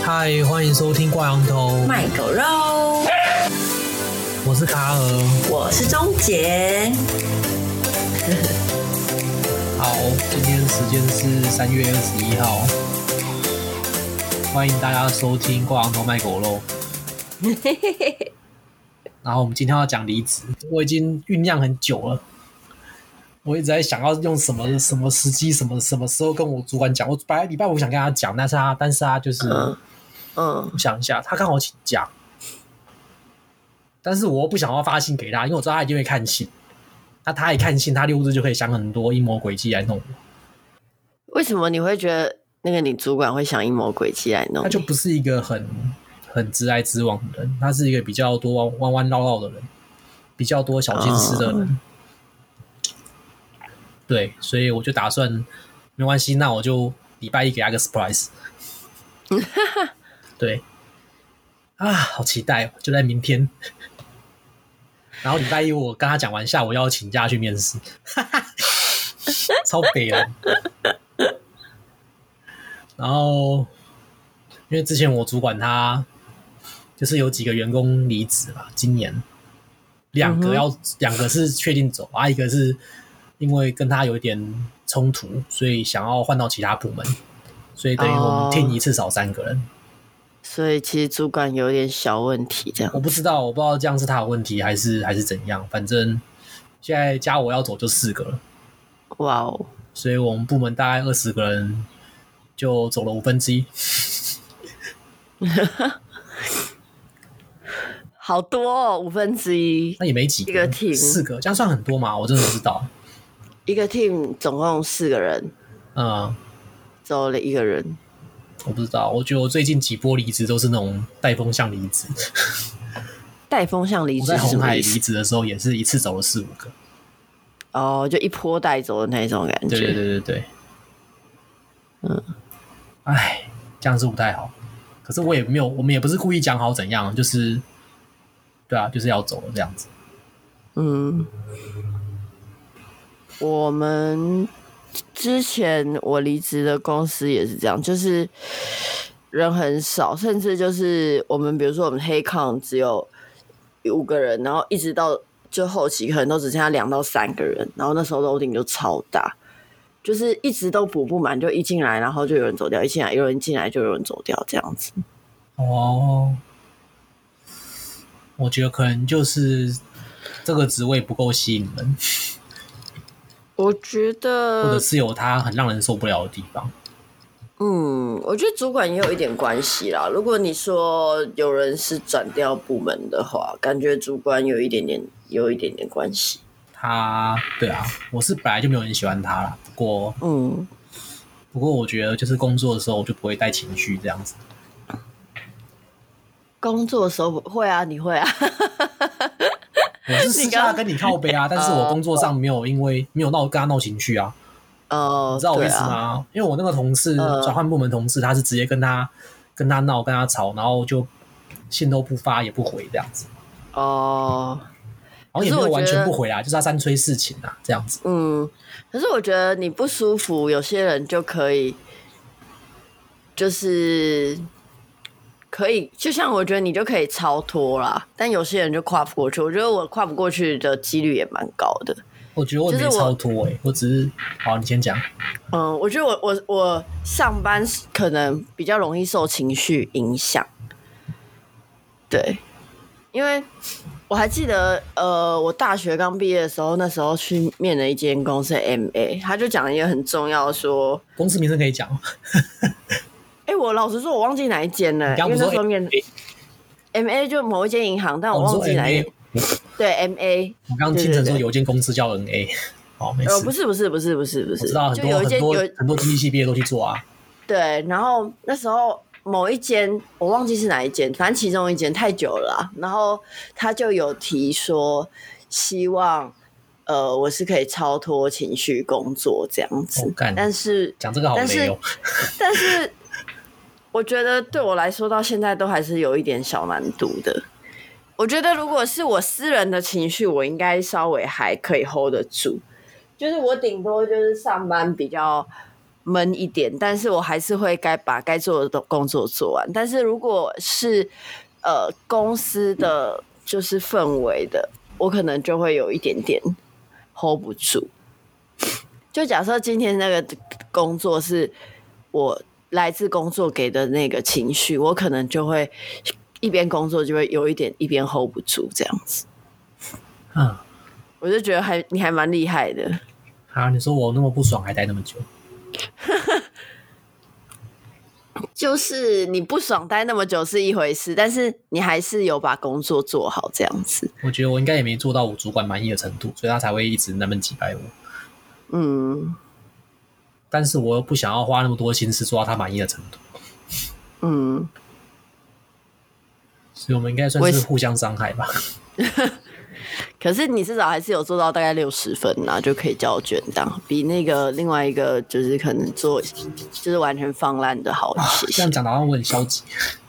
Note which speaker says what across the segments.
Speaker 1: 嗨，欢迎收听挂羊头
Speaker 2: 卖狗肉，
Speaker 1: 我是卡尔，
Speaker 2: 我是钟杰。
Speaker 1: 好，今天时间是3月21号，欢迎大家收听挂羊头卖狗肉。然后我们今天要讲离职，我已经酝酿很久了，我一直在想要用什么时机，什么时候跟我主管讲。我本来礼拜五想跟他讲，但是他就是我想一下，他刚好请假，但是我又不想要发信给他，因为我知道他一定会看信。那他一看信，他6日就可以想很多阴谋诡计来弄我。
Speaker 2: 为什么你会觉得那个你主管会想阴谋诡计来弄你？
Speaker 1: 他就不是一个很直来直往的人，他是一个比较多弯弯绕绕的人，比较多小心思的人。对，所以我就打算没关系，那我就礼拜一给他个 surprise。对，啊，好期待哦，就在明天。然后礼拜一我跟他讲完，下午要请假去面试，超北了。然后因为之前我主管他就是有几个员工离职嘛，今年两个是确定走啊，一个是因为跟他有一点冲突，所以想要换到其他部门，所以等于我们 team 一次少3个人。
Speaker 2: 所以其实主管有点小问题，这样
Speaker 1: 我不知道这样是他的问题还是怎样，反正现在加我要走就4个了。
Speaker 2: 哇哦！
Speaker 1: 所以我们部门大概20个人就走了1/5。
Speaker 2: 好多哦，1/5。
Speaker 1: 那也没几个，
Speaker 2: 一个 team
Speaker 1: 4个，这样算很多吗？我真的不知道。
Speaker 2: 一个 team 总共4个人，走了1个人。
Speaker 1: 我不知道，我觉得我最近几波离职都是那种带风向离职。
Speaker 2: 带风向离职，
Speaker 1: 我在鸿海离职的时候也是一次走了4-5个。
Speaker 2: 哦，就一波带走的那种感觉。
Speaker 1: 对。哎，这样是不太好。可是我们也不是故意讲好怎样，就是对啊，就是要走了这样子。
Speaker 2: 我们之前我离职的公司也是这样，就是人很少，甚至就是我们比如说我们黑抗只有5个人，然后一直到就后期可能都只剩下2到3个人，然后那时候 loading 就超大，就是一直都补不满，就一进来然后就有人走掉，一进来有人进来就有人走掉这样子。
Speaker 1: 哦，我觉得可能就是这个职位不够吸引人。
Speaker 2: 我觉得，
Speaker 1: 或者是有他很让人受不了的地方。
Speaker 2: 我觉得主管也有一点关系啦。如果你说有人是转调部门的话，感觉主管有一点点关系。
Speaker 1: 对啊，我是本来就没有很喜欢他啦。不过我觉得就是工作的时候我就不会带情绪这样子。
Speaker 2: 工作的时候会啊，你会啊。
Speaker 1: 我是私下跟你靠背啊，但是我工作上没有跟他闹情绪啊。你知道我意思吗？因为我那个同事转换部门同事，他是直接跟他闹跟他吵，然后就信都不发也不回这样子。然后也没有完全不回啊，就是他3催4请啊这样子。
Speaker 2: 可是我觉得你不舒服，有些人就可以就是可以，就像我觉得你就可以超脱啦，但有些人就跨不过去。我觉得我跨不过去的几率也蛮高的。
Speaker 1: 我觉得我没超脱我只是好，你先讲。
Speaker 2: 我觉得我上班可能比较容易受情绪影响，对，因为我还记得我大学刚毕业的时候，那时候去面了一间公司的 MA， 他就讲一个很重要的说，
Speaker 1: 公司名称可以讲吗？
Speaker 2: 我老实说，我忘记哪一间了，因为那时候面 MA 就某一间银行，但我忘记哪一间。对 MA，
Speaker 1: 我刚刚听成说有一间公司叫 NA， 好，没事。
Speaker 2: 不是，我知道
Speaker 1: 很多经济系毕业都去做啊。
Speaker 2: 对，然后那时候某一间我忘记是哪一间，反正其中一间太久了啦，然后他就有提说希望我是可以超脱情绪工作这样子，但是
Speaker 1: 讲这个好累哦。
Speaker 2: 但是我觉得对我来说到现在都还是有一点小难度的。我觉得如果是我私人的情绪，我应该稍微还可以 hold 得住，就是我顶多就是上班比较闷一点，但是我还是会把该做的工作做完。但是如果是公司的就是氛围的，我可能就会有一点点 hold 不住。就假设今天那个工作是我来自工作给的那个情绪，我可能就会一边工作就会有一点一边 hold 不住这样子。我就觉得你还蛮厉害的。
Speaker 1: 你说我那么不爽还待那么久？
Speaker 2: 就是你不爽待那么久是一回事，但是你还是有把工作做好这样子。
Speaker 1: 我觉得我应该也没做到我主管满意的程度，所以他才会一直那么击败我。但是我又不想要花那么多心思做到他满意的程度。所以我们应该算是互相伤害吧。
Speaker 2: 可是你至少还是有做到大概60分啦，就可以叫卷档，比那个另外一个就是可能做就是完全放烂的好一些。
Speaker 1: 这样讲的好像我很消极。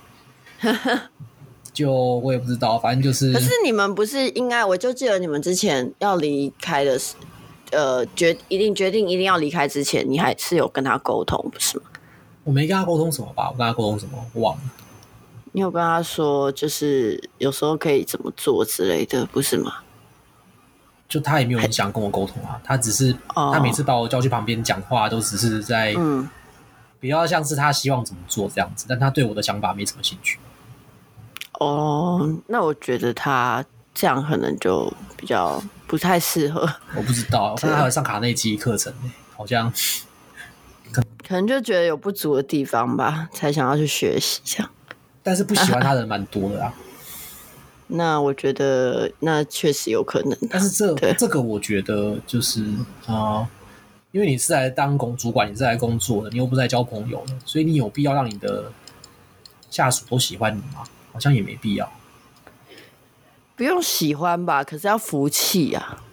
Speaker 1: 就我也不知道，反正就是。
Speaker 2: 可是你们不是应该？我就记得你们之前要离开的决定一定要离开之前，你还是有跟他沟通，不是吗？
Speaker 1: 我没跟他沟通什么吧？我跟他沟通什么？我忘了。
Speaker 2: 你有跟他说，就是有时候可以怎么做之类的，不是吗？
Speaker 1: 就他也没有很想跟我沟通啊，他只是他每次把我叫去旁边讲话，都只是在比较像是他希望怎么做这样子，但他对我的想法没什么兴趣。
Speaker 2: 那我觉得他这样可能就比较不太适合。
Speaker 1: 我不知道，我看他还有上卡内基课程，好像
Speaker 2: 可能就觉得有不足的地方吧，才想要去学习这样。
Speaker 1: 但是不喜欢他的人蛮多的啊。
Speaker 2: 那我觉得那确实有可能。
Speaker 1: 但是这个我觉得就是因为你是来当主管，你是来工作的，你又不是来交朋友的，所以你有必要让你的下属都喜欢你吗？好像也没必要。
Speaker 2: 不用喜欢吧，可是要服气啊。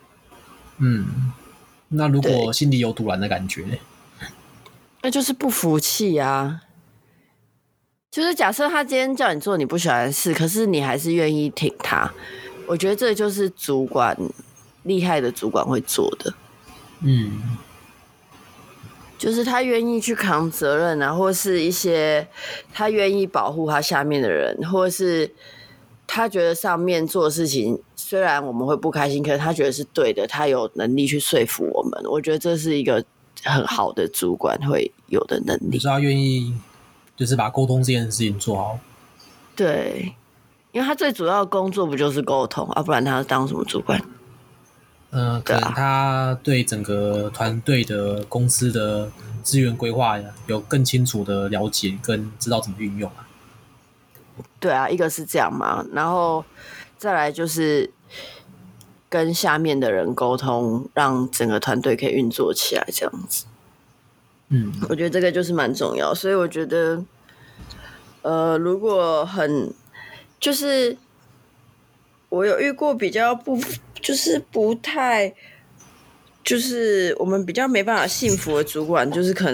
Speaker 1: 那如果心里有堵然的感觉呢？
Speaker 2: 那就是不服气啊。就是假设他今天叫你做你不喜欢的事，可是你还是愿意挺他，我觉得这就是主管厉害的主管会做的。就是他愿意去扛责任啊，或是一些他愿意保护他下面的人，或是他觉得上面做的事情虽然我们会不开心，可是他觉得是对的，他有能力去说服我们。我觉得这是一个很好的主管会有的能力。
Speaker 1: 就是他愿意就是把沟通这件事情做好。
Speaker 2: 对，因为他最主要的工作不就是沟通啊，不然他当什么主管？
Speaker 1: 可能他对整个团队的公司的资源规划有更清楚的了解，跟知道怎么运用啊。
Speaker 2: 对啊，一个是这样嘛，然后再来就是跟下面的人沟通，让整个团队可以运作起来，这样子。我觉得这个就是蛮重要，所以我觉得，如果就是我有遇过比较就是不太，就是我们比较没办法幸福的主管，就是可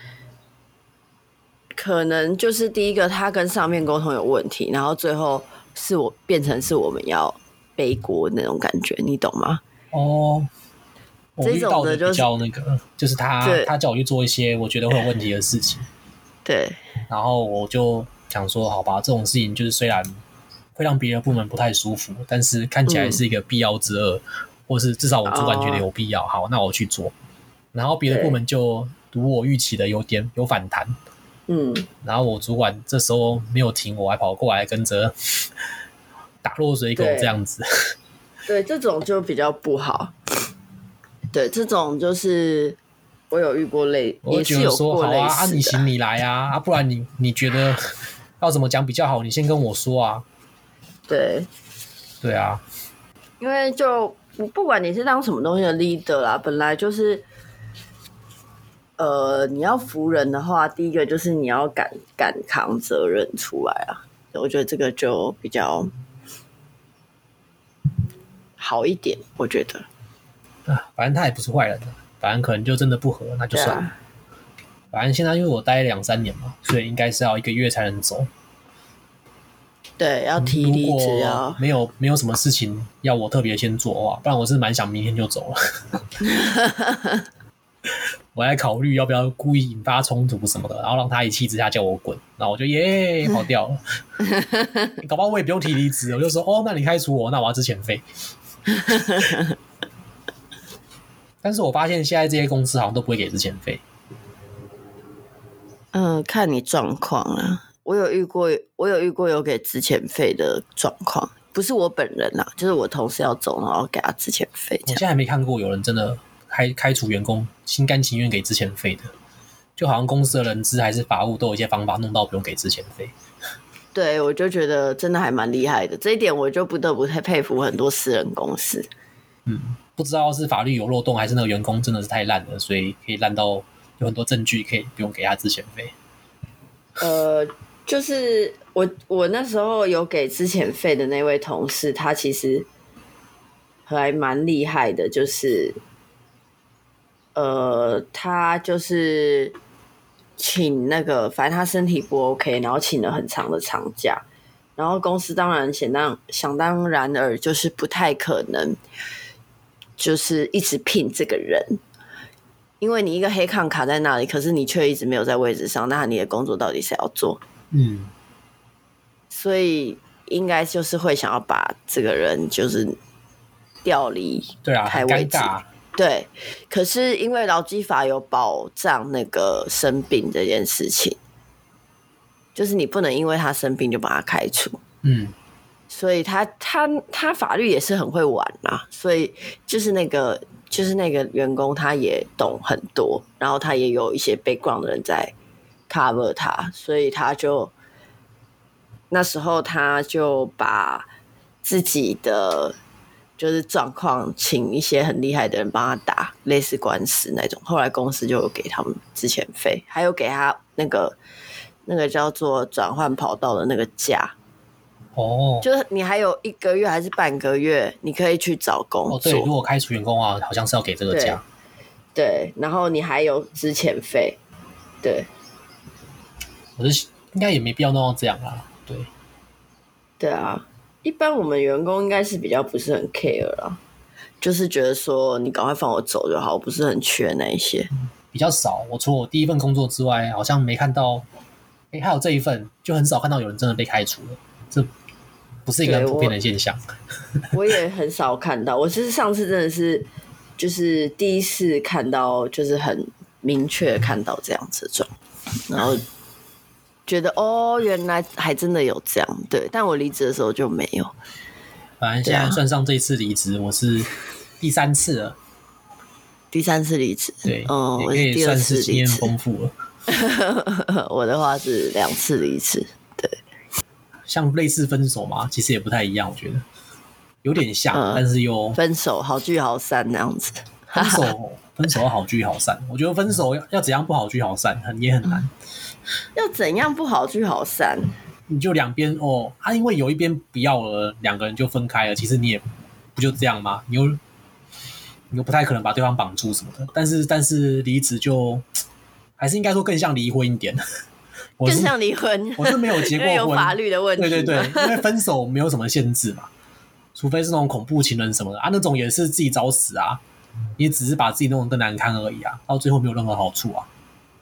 Speaker 2: 能就是第一个他跟上面沟通有问题，然后最后变成是我们要背锅那种感觉，你懂吗？
Speaker 1: 我遇到的比较那个，就是他叫我去做一些我觉得会有问题的事情，
Speaker 2: 对，
Speaker 1: 然后我就想说，好吧，这种事情就是虽然会让别的部门不太舒服，但是看起来是一个必要之恶，或是至少我主管觉得有必要，好，那我去做，然后别的部门就如我预期的有反弹，然后我主管这时候没有停，我还跑过来跟着打落水狗这样子，
Speaker 2: 对，这种就比较不好。对，这种就是我有遇过
Speaker 1: 我觉得说好啊，你行你来啊，不然你觉得要怎么讲比较好？你先跟我说啊。对啊，
Speaker 2: 因为就不管你是当什么东西的 leader 啦，本来就是你要服人的话，第一个就是你要敢扛责任出来啊。我觉得这个就比较好一点，我觉得。
Speaker 1: 反正他也不是坏人，反正可能就真的不合，那就算了。反正现在因为我待2-3年嘛，所以应该是要1个月才能走。
Speaker 2: 对，要提离职
Speaker 1: 啊。没有什么事情要我特别先做的话，不然我是蛮想明天就走了。 我在考虑要不要故意引发冲突什么的，然后让他一气之下叫我滚，然后我就耶跑掉了。搞不好我也不用提离职，我就说哦，那你开除我，那我要支遣费。但是我发现现在这些公司好像都不会给支遣费。
Speaker 2: 看你状况啦。我有遇过有给支遣费的状况，不是我本人啦，就是我同事要走，然后给他支遣费。
Speaker 1: 我现在还没看过有人真的开除员工心甘情愿给支遣费的，就好像公司的人资还是法务都有一些方法弄到不用给支遣费。
Speaker 2: 对，我就觉得真的还蛮厉害的，这一点我就不得不太佩服很多私人公司。
Speaker 1: 不知道是法律有漏洞，还是那个员工真的是太烂了，所以可以烂到有很多证据可以不用给他支遣费。
Speaker 2: 就是我那时候有给支遣费的那位同事，他其实还蛮厉害的，就是他就是请那个，反正他身体不 OK， 然后请了很长的长假，然后公司当然想当然尔就是不太可能就是一直聘这个人，因为你一个黑抗卡在那里，可是你却一直没有在位置上，那你的工作到底谁要做？所以应该就是会想要把这个人就是调离开位置。
Speaker 1: 很尴尬。
Speaker 2: 对，可是因为劳基法有保障那个生病这件事情，就是你不能因为他生病就把他开除。所以他法律也是很会玩啦，所以就是那个员工他也懂很多，然后他也有一些 background 的人在 cover 他，所以那时候他就把自己的就是状况请一些很厉害的人帮他打类似官司那种，后来公司就有给他们支遣费，还有给他那个叫做转换跑道的那个假。就是你还有1个月还是半个月，你可以去找工作。
Speaker 1: 对，如果开除员工啊，好像是要给这个假。
Speaker 2: 对，然后你还有支遣费。对，
Speaker 1: 我是应该也没必要弄到这样啦。
Speaker 2: 对啊，一般我们员工应该是比较不是很 care 啦，就是觉得说你赶快放我走就好，我不是很缺那一些。
Speaker 1: 比较少，我除了我第一份工作之外，好像没看到，还有这一份就很少看到有人真的被开除了，这不是一个很普遍的现象。
Speaker 2: 我也很少看到，我是上次真的是就是第一次看到，就是很明确看到这样子的状况，然后觉得原来还真的有这样。对，但我离职的时候就没有。
Speaker 1: 反正现在算上这一次离职，我是第3次了。
Speaker 2: 第3次离职，
Speaker 1: 对，
Speaker 2: 我
Speaker 1: 可以算是经验丰富
Speaker 2: 了。我的话是2次离职，对。
Speaker 1: 像类似分手嘛，其实也不太一样，我觉得有点像，但是又
Speaker 2: 分手好聚好散那样子。
Speaker 1: 分手要好聚好散，我觉得分手要怎样不好聚好散也很难。
Speaker 2: 要怎样不好聚好散？
Speaker 1: 你就两边因为有一边不要了，2个人就分开了，其实你也不就这样吗？你又不太可能把对方绑住什么的。但是离职就还是应该说更像离婚一点。
Speaker 2: 更像离婚，
Speaker 1: 我是没有结过婚，
Speaker 2: 因为有法律的问题。
Speaker 1: 对，因为分手没有什么限制嘛，除非是那种恐怖情人什么的啊，那种也是自己找死啊，你只是把自己弄得更难堪而已啊，到最后没有任何好处啊。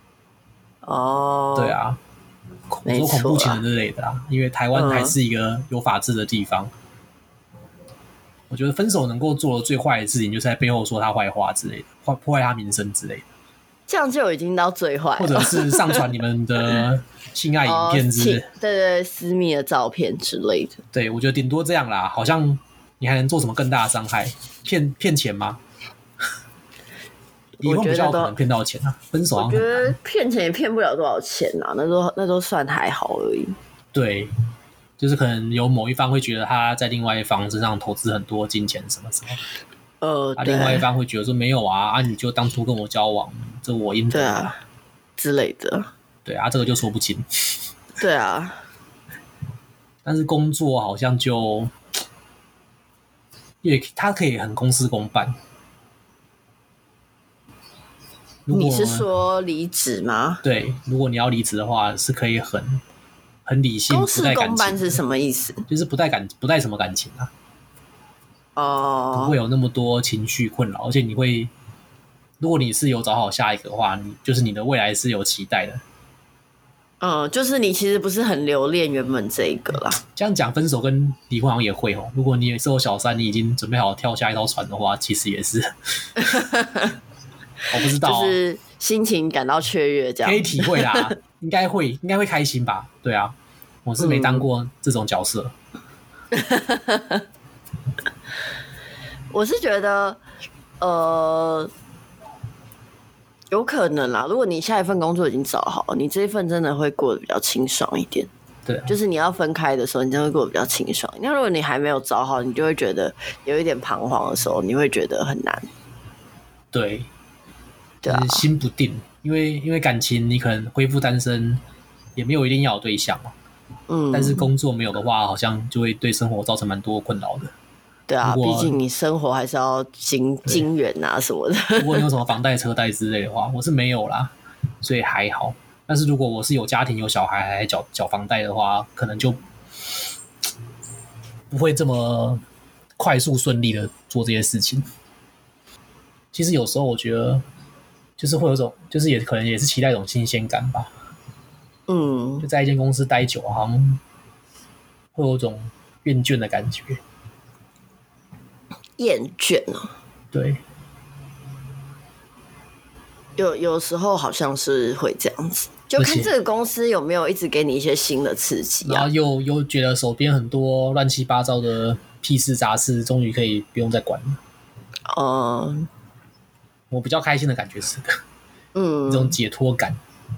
Speaker 1: 对啊，我说恐怖情人之类的啊，因为台湾还是一个有法治的地方。我觉得分手能够做的最坏的事情，就是在背后说他坏话之类的，破坏他名声之类的。
Speaker 2: 这样就已经到最坏，
Speaker 1: 或者是上传你们的性爱影片之类的，
Speaker 2: 对，私密的照片之类的。
Speaker 1: 对，我觉得顶多这样啦，好像你还能做什么更大的伤害？骗钱吗？离婚比较可能骗到钱啊，分手好像很难。
Speaker 2: 我觉得骗钱也骗不了多少钱啊，那都算还好而已。
Speaker 1: 对，就是可能有某一方会觉得他在另外一方身上投资很多金钱什么什么。另外一方会觉得说没有啊，你就当初跟我交往，这我应得啊
Speaker 2: 之类的。
Speaker 1: 对啊，这个就说不清。
Speaker 2: 对啊，
Speaker 1: 但是工作好像就，因为它可以很公事公办。
Speaker 2: 你是说离职吗？
Speaker 1: 对，如果你要离职的话，是可以很理性，
Speaker 2: 公事公办是什么意思？
Speaker 1: 就是不带什么感情啊。不会有那么多情绪困扰，而且你会如果你是有找好下一个的话，你的未来是有期待的。
Speaker 2: 就是你其实不是很留恋原本这一个啦。
Speaker 1: 这样讲，分手跟离婚好像也会哦。如果你也是有小三，你已经准备好跳下一艘船的话，其实也是。我不知道、
Speaker 2: 就是心情感到雀跃，这样
Speaker 1: 可以体会啦，应该会开心吧？对啊，我是没当过这种角色。
Speaker 2: 我是觉得，有可能啦。如果你下一份工作已经找好，你这一份真的会过得比较清爽一点。
Speaker 1: 对、啊，
Speaker 2: 就是你要分开的时候，你真的会过得比较清爽。那如果你还没有找好，你就会觉得有一点彷徨的时候，你会觉得很难。
Speaker 1: 对，
Speaker 2: 对啊，
Speaker 1: 就是心不定，因为感情你可能恢复单身，也没有一定要有对象嘛。但是工作没有的话，好像就会对生活造成蛮多困扰的。
Speaker 2: 对啊，毕竟你生活还是要经援啊什么的。
Speaker 1: 如果你有什么房贷、车贷之类的话，我是没有啦，所以还好。但是如果我是有家庭、有小孩，还缴房贷的话，可能就不会这么快速顺利的做这些事情。其实有时候我觉得，就是会有种，就是也可能也是期待一种新鲜感吧。就在一间公司待久，好像会有种厌倦的感觉。
Speaker 2: 厌倦啊？
Speaker 1: 对，
Speaker 2: 有时候好像是会这样子，就看这个公司有没有一直给你一些新的刺激
Speaker 1: 然后又觉得手边很多乱七八糟的屁事杂事，终于可以不用再管了。我比较开心的感觉是这种解脱感。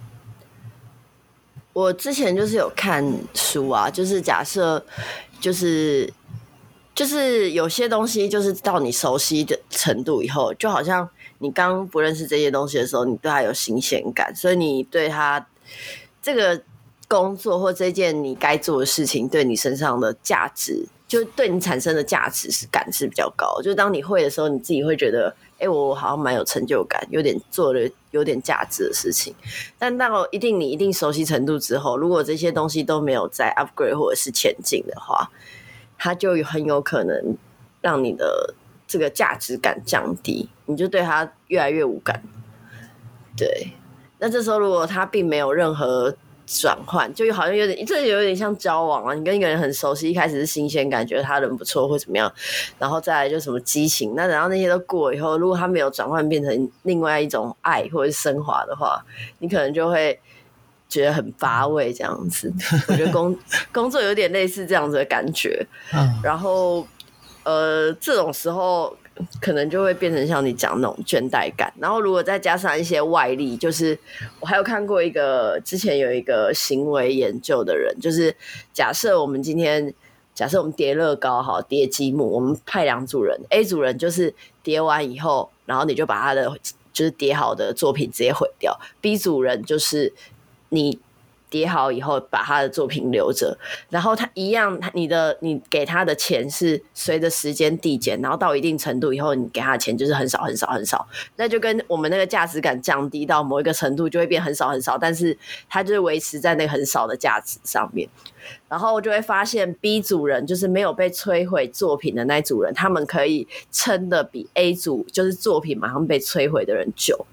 Speaker 2: 我之前就是有看书啊，就是假设就是有些东西就是到你熟悉的程度以后，就好像你刚不认识这些东西的时候，你对它有新鲜感，所以你对它这个工作或这件你该做的事情对你身上的价值，就对你产生的价值感是比较高。就当你会的时候，你自己会觉得我好像蛮有成就感，有点做了有点价值的事情。但到你一定熟悉程度之后，如果这些东西都没有在 upgrade 或者是前进的话，它就很有可能让你的这个价值感降低，你就对它越来越无感。对，那这时候如果它并没有任何转换，就好像有点像交往啊，你跟一个人很熟悉，一开始是新鲜感，觉得他人不错或怎么样，然后再来就什么激情，那等到那些都过了以后，如果他没有转换变成另外一种爱或者是升华的话，你可能就会觉得很乏味这样子。我觉得工作有点类似这样子的感觉。然后这种时候可能就会变成像你讲那种倦怠感，然后如果再加上一些外力，就是我还有看过之前有一个行为研究的人，就是假设我们叠乐高好，叠积木，我们派2组人 ，A 组人就是叠完以后，然后你就把他的就是叠好的作品直接毁掉 ，B 组人就是你叠好以后把他的作品留着，然后他一样，你给他的钱是随着时间递减，然后到一定程度以后，你给他的钱就是很少很少很少，那就跟我们那个价值感降低到某一个程度就会变很少很少，但是他就是维持在那个很少的价值上面。然后就会发现 B 组人就是没有被摧毁作品的那一组人，他们可以撑得比 A 组就是作品马上被摧毁的人久。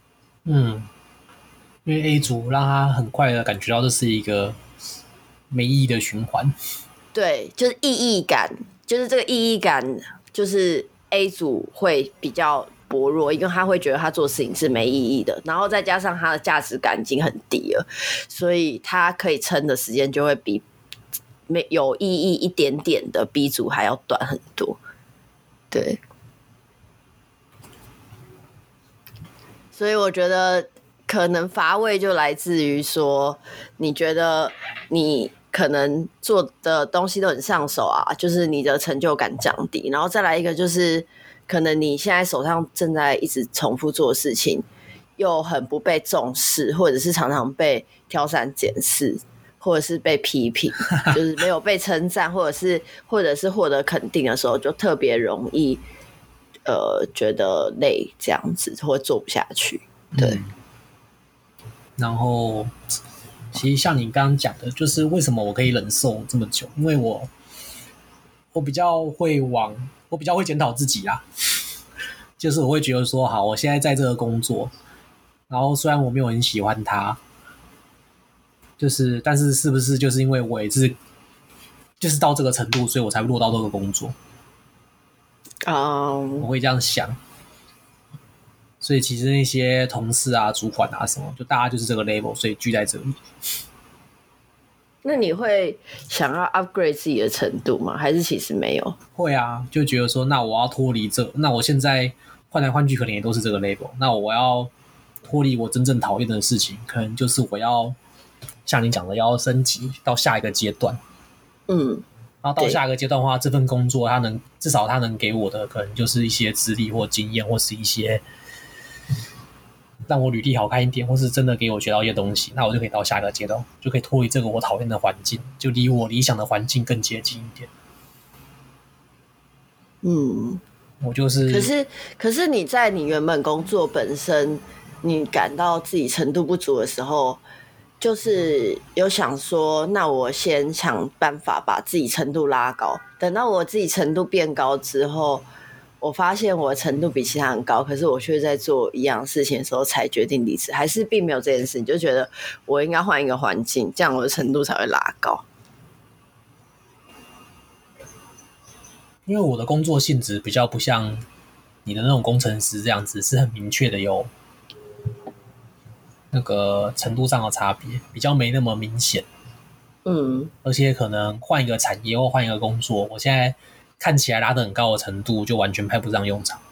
Speaker 1: 因为 A 组让他很快的感觉到这是一个没意义的循环。
Speaker 2: 对，就是意义感，就是这个意义感，就是 A 组会比较薄弱，因为他会觉得他做事情是没意义的，然后再加上他的价值感已经很低了，所以他可以撑的时间就会比有意义一点点的 B 组还要短很多。对，所以我觉得可能乏味就来自于说，你觉得你可能做的东西都很上手啊，就是你的成就感降低，然后再来一个就是可能你现在手上正在一直重复做的事情又很不被重视，或者是常常被挑三拣四，或者是被批评，就是没有被称赞，或者是获得肯定的时候，就特别容易觉得累这样子，或做不下去。对。
Speaker 1: 然后其实像你刚刚讲的，就是为什么我可以忍受这么久，因为我比较会检讨自己啦。 就是我会觉得说，好，我现在在这个工作，然后虽然我没有很喜欢它，但是是不是就是因为我也是就是到这个程度，所以我才会落到这个工作？我会这样想。所以其实那些同事啊、主管啊什么，就大家就是这个 level， 所以聚在这里。
Speaker 2: 那你会想要 upgrade 自己的程度吗？还是其实没有？
Speaker 1: 会啊，就觉得说，那我要脱离这，那我现在换来换去可能也都是这个 level， 那我要脱离我真正讨厌的事情，可能就是我要像你讲的，要升级到下一个阶段。然后到下一个阶段的话，这份工作至少它能给我的，可能就是一些资历或经验，或是一些让我履历好看一点，或是真的给我学到一些东西，那我就可以到下一个阶段，就可以脱离这个我讨厌的环境，就离我理想的环境更接近一点。我就是。
Speaker 2: 可是你在你原本工作本身，你感到自己程度不足的时候，就是有想说，那我先想办法把自己程度拉高，等到我自己程度变高之后，我发现我的程度比其他人高，可是我却在做一样事情的时候才决定离职，还是并没有这件事，你就觉得我应该换一个环境，这样我的程度才会拉高。
Speaker 1: 因为我的工作性质比较不像你的那种工程师这样子，是很明确的有那个程度上的差别，比较没那么明显。而且可能换一个产业或换一个工作，我现在看起来拉得很高的程度，就完全派不上用场。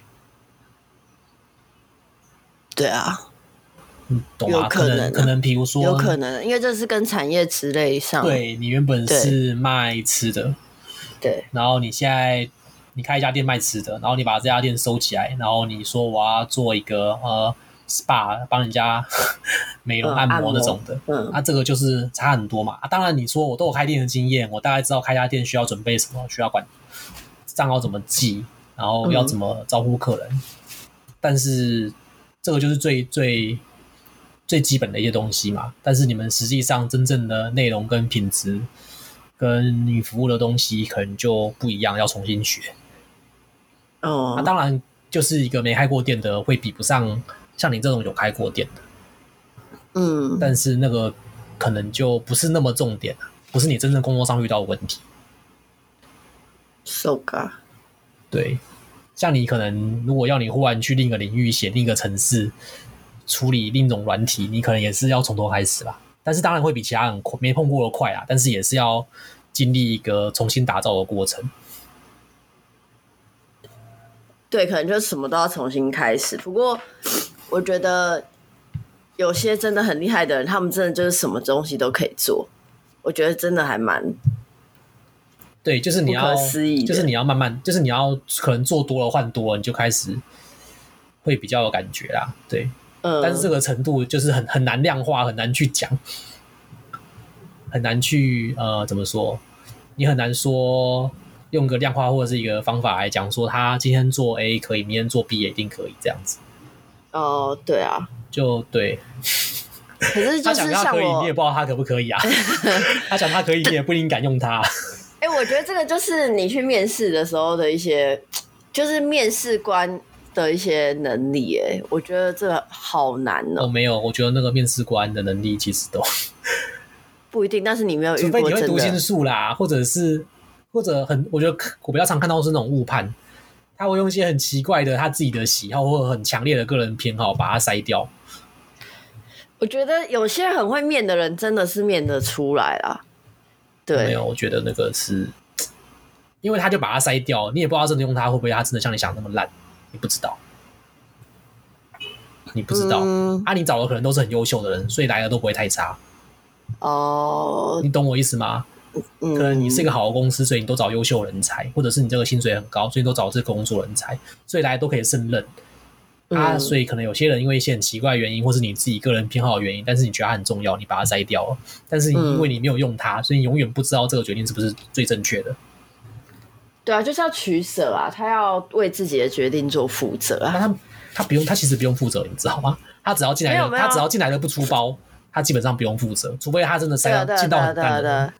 Speaker 2: 对啊，
Speaker 1: 懂吗？可能比如说，
Speaker 2: 有可能，因为这是跟产业之类上。
Speaker 1: 对，你原本是卖吃的，
Speaker 2: 对，
Speaker 1: 然后你现在你开一家店卖吃的，然后你把这家店收起来，然后你说我要做一个SPA 帮人家美容按摩那种的，这个就是差很多嘛。当然你说我都有开店的经验，我大概知道开家店需要准备什么，需要管账要怎么记，然后要怎么招呼客人，但是这个就是最基本的一些东西嘛。但是你们实际上真正的内容跟品质跟你服务的东西可能就不一样，要重新学。当然就是一个没开过店的会比不上像你这种有开过店的，但是那个可能就不是那么重点，不是你真正工作上遇到的问题。对，像你可能如果要你忽然去另一个领域写另一个程式，处理另一种软体，你可能也是要从头开始啦。但是当然会比其他人没碰过的快啦，但是也是要经历一个重新打造的过程。
Speaker 2: 对，可能就什么都要重新开始。不过我觉得有些真的很厉害的人，他们真的就是什么东西都可以做，我觉得真的还蛮
Speaker 1: 对，就是你要
Speaker 2: 不可思议的，
Speaker 1: 就是你要慢慢，就是你要可能做多了换多了，你就开始会比较有感觉啦。对，但是这个程度就是很难量化，很难去讲，很难去怎么说？你很难说用个量化或者是一个方法来讲说，他今天做 A 可以，明天做 B 也一定可以这样子。
Speaker 2: 对啊，
Speaker 1: 就对。
Speaker 2: 可是就是像
Speaker 1: 他讲他可以，你也不知道他可不可以啊。他讲他可以，你也不一定敢用他。
Speaker 2: 我觉得这个就是你去面试的时候的一些，就是面试官的一些能力。我觉得这个好难哦。
Speaker 1: 没有，我觉得那个面试官的能力其实都
Speaker 2: 不一定，但是你没有遇过，
Speaker 1: 除非你会读心术啦，或者我觉得我比较常看到是那种误判，他会用一些很奇怪的他自己的喜好或者很强烈的个人偏好把它筛掉。
Speaker 2: 我觉得有些很会面的人真的是面得出来啦。对，
Speaker 1: 没有，我觉得那个是因为他就把它筛掉，你也不知道真的用它会不会他真的像你想的那么烂，你不知道。你找的可能都是很优秀的人，所以来的都不会太差。你懂我意思吗？可能你是一个好的公司，所以你都找优秀人才，或者是你这个薪水很高，所以你都找这个工作人才，所以来都可以胜任。所以可能有些人因为一些很奇怪的原因，或是你自己个人偏好的原因，但是你觉得它很重要，你把它筛掉了，但是因为你没有用它，所以你永远不知道这个决定是不是最正确的。
Speaker 2: 对啊，就是要取舍啊，他要为自己的决定做负责啊。
Speaker 1: 他不用，他其实不用负责，你知道吗？他只要进来的不出包，他基本上不用负责，除非他真的进到很淡的人。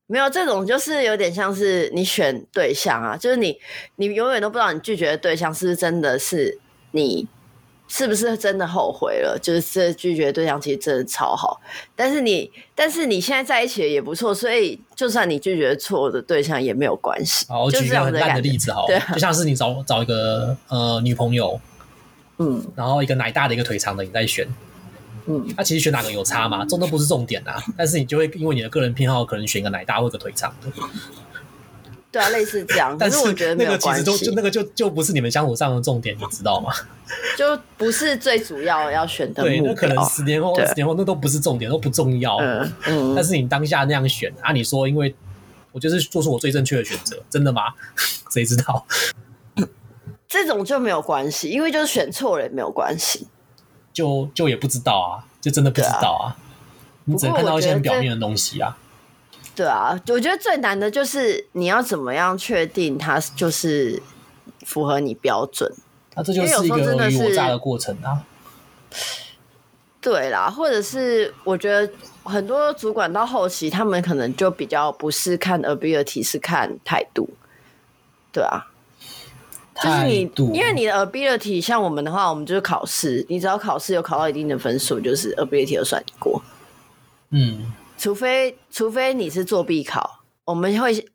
Speaker 2: 没有，这种就是有点像是你选对象啊，就是你永远都不知道你拒绝的对象是不是真的是你，是不是真的后悔了？就是这拒绝的对象其实真的超好，但是你现在在一起的也不错，所以就算你拒绝错的对象也没有关系。
Speaker 1: 好，我举一个很烂的例子好了，就像是你找一个女朋友，然后一个奶大的一个腿长的你在选。他其实选哪个有差嘛？这都不是重点啊。但是你就会因为你的个人偏好，可能选一个奶大或者腿长的。
Speaker 2: 对啊，类似这样。
Speaker 1: 但是
Speaker 2: 我觉得没有关系，
Speaker 1: 那个其实那个就不是你们相处上的重点，你知道吗？
Speaker 2: 就不是最主要选的目标。
Speaker 1: 对，那可能10年后、20年后，那都不是重点，都不重要。但是你当下那样选啊，你说因为我就是做出我最正确的选择，真的吗？谁知道？
Speaker 2: 这种就没有关系，因为就是选错了也没有关系。
Speaker 1: 就也不知道啊，就真的不知道啊。你只能看到一些很表面的东西啊。
Speaker 2: 对啊，我觉得最难的就是你要怎么样确定它就是符合你标准。
Speaker 1: 那这就是一个尔虞我诈的过程啊。
Speaker 2: 对啦，或者是我觉得很多主管到后期，他们可能就比较不是看 ability， 是看态度。对啊。就是你，因为你的 ability 像我们的话，我们就是考试，你只要考试有考到一定的分数，就是 ability 就算你过。除非你是作弊考，我们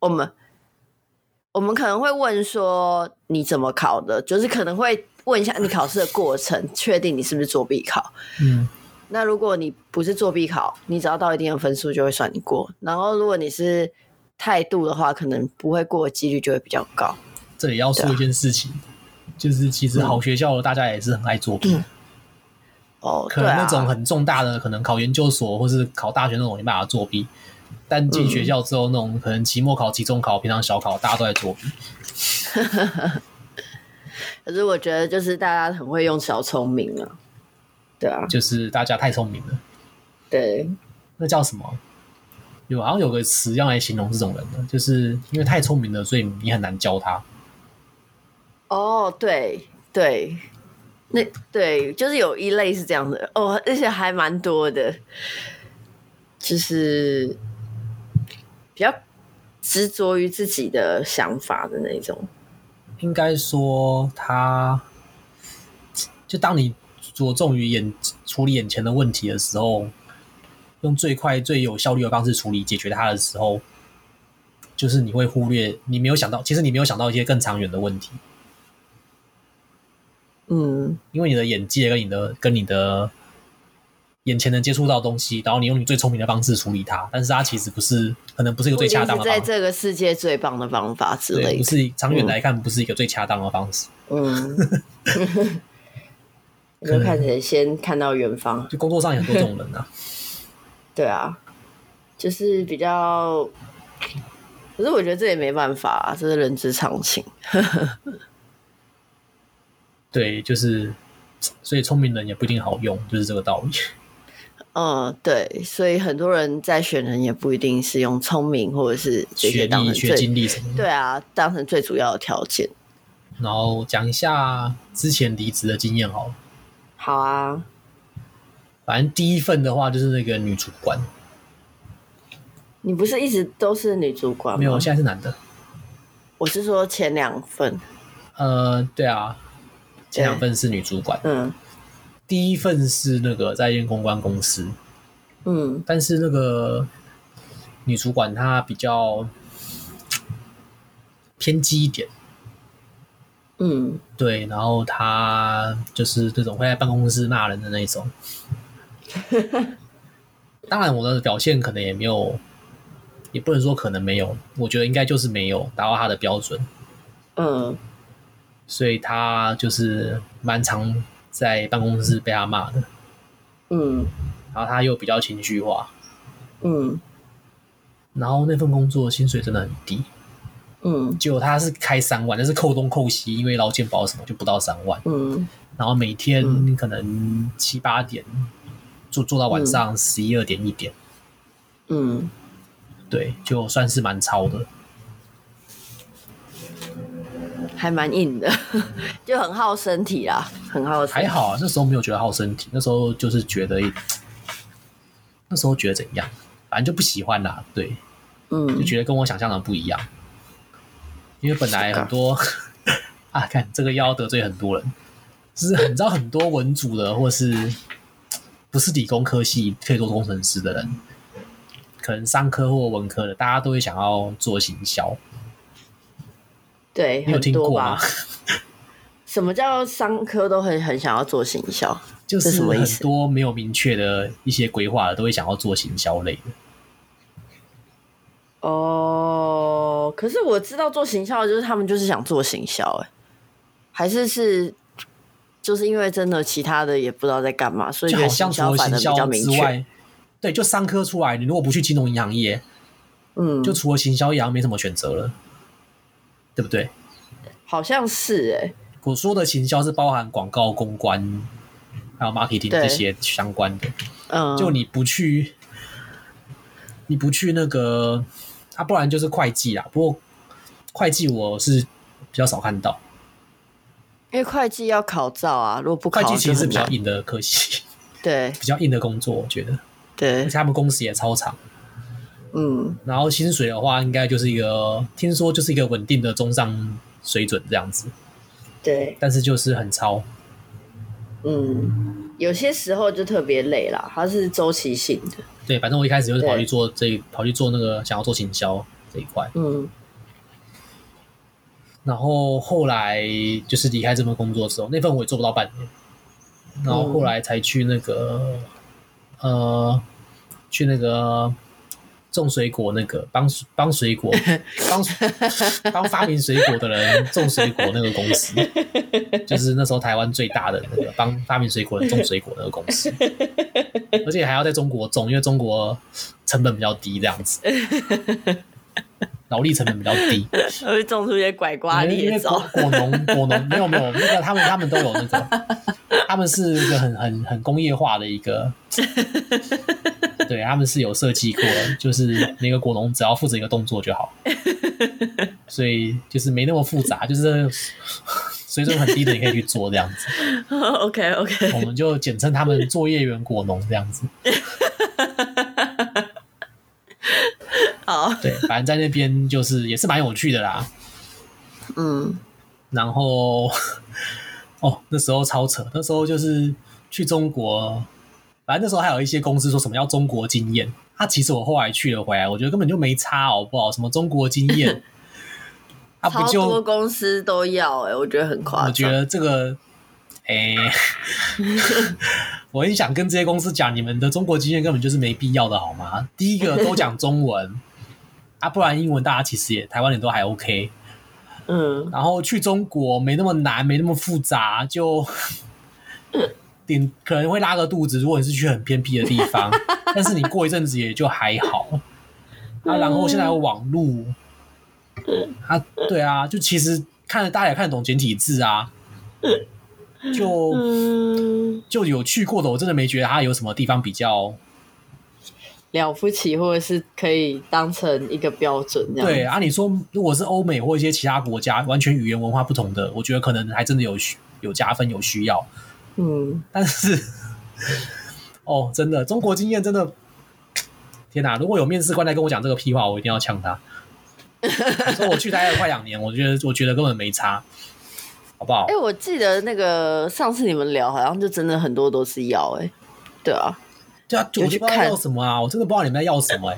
Speaker 2: 可能会问说你怎么考的，就是可能会问一下你考试的过程，确定你是不是作弊考。那如果你不是作弊考，你只要到一定的分数就会算你过。然后如果你是态度的话，可能不会过的几率就会比较高。
Speaker 1: 这里要说一件事情，就是其实好学校的大家也是很爱作弊。可能那种很重大的，可能考研究所或是考大学那种没办法作弊，但进学校之后，那种可能期末考、期中考、平常小考，大家都在作弊。
Speaker 2: 可是我觉得就是大家很会用小聪明啊，对啊，
Speaker 1: 就是大家太聪明了。
Speaker 2: 对，
Speaker 1: 那叫什么？好像有个词用来形容这种人的，就是因为太聪明了，所以你很难教他。
Speaker 2: 对，那对，就是有一类是这样的而且还蛮多的，就是比较执着于自己的想法的那种。
Speaker 1: 应该说就当你着重于处理眼前的问题的时候，用最快最有效率的方式处理解决它的时候，就是你会忽略，你没有想到，其实你没有想到一些更长远的问题。因为你的眼界跟你的眼前能接触到的东西，然后你用你最聪明的方式处理它，但是它其实可能不是一个最恰当的方法，
Speaker 2: 在这个世界最棒的方法之类的，
Speaker 1: 不是长远来看不是一个最恰当的方式。
Speaker 2: 我就看起来先看到远方，
Speaker 1: 就工作上有很多这种人啊。
Speaker 2: 对啊，就是比较，可是我觉得这也没办法这是人之常情。
Speaker 1: 对，就是所以聪明人也不一定好用，就是这个道理。
Speaker 2: 对，所以很多人在选人也不一定是用聪明或者是这些当成
Speaker 1: 学经历什么的。
Speaker 2: 对啊，当成最主要的条件。
Speaker 1: 然后讲一下之前离职的经验好了。
Speaker 2: 好啊。
Speaker 1: 反正第一份的话就是那个女主管。
Speaker 2: 你不是一直都是女主管吗？
Speaker 1: 没有，现在是男的。
Speaker 2: 我是说前2份。
Speaker 1: 对啊，前2份是女主管。第一份是那个在一间公关公司。但是那个女主管她比较偏激一点。对，然后她就是这种会在办公室骂人的那种。当然我的表现可能也没有，也不能说可能没有，我觉得应该就是没有达到她的标准。所以她就是蛮常在办公室被她骂的。然后她又比较情绪化。然后那份工作薪水真的很低。结果他是开3万，但是扣东扣西，因为劳健保什么就不到3万。然后每天可能7、8点做到晚上11、2点、1点。对，就算是蛮超的，
Speaker 2: 还蛮硬的，就很耗身体啦，很耗身体。
Speaker 1: 还好啊，那时候没有觉得耗身体，那时候就是觉得，怎样，反正就不喜欢啦，对。 就觉得跟我想象的不一样。因为本来很多啊，看这个要得罪很多人，就是你知道很多文组的或是不是理工科系可以做工程师的人，可能商科或文科的，大家都会想要做行销。
Speaker 2: 对，
Speaker 1: 你有听过吗？
Speaker 2: 什么叫商科都很想要做行销？
Speaker 1: 就是很多没有明确的一些规划的，都会想要做行销类的。
Speaker 2: 哦，可是我知道做行销的就是他们就是想做行销，还是就是因为真的其他的也不知道在干嘛，所以觉得行销反而比较明确。
Speaker 1: 对，就商科出来，你如果不去金融银行业，就除了行销业好像没什么选择了，对不对？
Speaker 2: 好像是
Speaker 1: 我说的行销是包含广告、公关，还有 marketing 这些相关的。就你不去那个不然就是会计啦。不过会计我是比较少看到，
Speaker 2: 因为会计要考照啊，如果不考
Speaker 1: 会计其实是比较硬的科系，
Speaker 2: 对，
Speaker 1: 比较硬的工作，我觉得。
Speaker 2: 对，
Speaker 1: 而且他们工时也超长。然后薪水的话，应该就是听说就是一个稳定的中上水准这样子。
Speaker 2: 对，
Speaker 1: 但是就是很超。
Speaker 2: 有些时候就特别累啦，它是周期性的。
Speaker 1: 对，反正我一开始就是跑去做那个想要做行销这一块。然后后来就是离开这份工作之后，那份我也做不到半年，然后后来才去那个种水果那个帮水果帮发明水果的人种水果那个公司，就是那时候台湾最大的那个帮发明水果人种水果那个公司，而且还要在中国种，因为中国成本比较低，这样子，劳力成本比较低，
Speaker 2: 会种出一些拐瓜裂枣。
Speaker 1: 果农没有那个他们都有那个，他们是一个很工业化的一个。对，他们是有设计过的，就是每个果农只要负责一个动作就好，所以就是没那么复杂，就是水准很低的你可以去做这样子。
Speaker 2: OK，
Speaker 1: 我们就简称他们作业员果农这样子。
Speaker 2: 好，
Speaker 1: 对，反正在那边就是也是蛮有趣的啦。然后那时候超扯，那时候就是去中国。反正那时候还有一些公司说什么要中国经验，其实我后来去了回来，我觉得根本就没差，好不好？什么中国经验，
Speaker 2: 超多公司都要我觉得很夸张。
Speaker 1: 我觉得这个，我很想跟这些公司讲，你们的中国经验根本就是没必要的，好吗？第一个都讲中文不然英文大家其实台湾人都还 OK。然后去中国没那么难，没那么复杂，就。可能会拉个肚子，如果你是去很偏僻的地方，但是你过一阵子也就还好。然后现在有网路，对啊，就其实大家也看得懂简体字啊，就有去过的，我真的没觉得它有什么地方比较
Speaker 2: 了不起，或者是可以当成一个标准这样。
Speaker 1: 对你说如果是欧美或一些其他国家完全语言文化不同的，我觉得可能还真的有加分，有需要。但是真的中国经验真的，天哪！如果有面试官来跟我讲这个屁话，我一定要呛他。说我去待了快2年，我觉得根本没差，好不好？
Speaker 2: 我记得那个上次你们聊，好像就真的很多都是要对啊，
Speaker 1: 对啊，我就不知道要什么啊，我真的不知道你们在要什么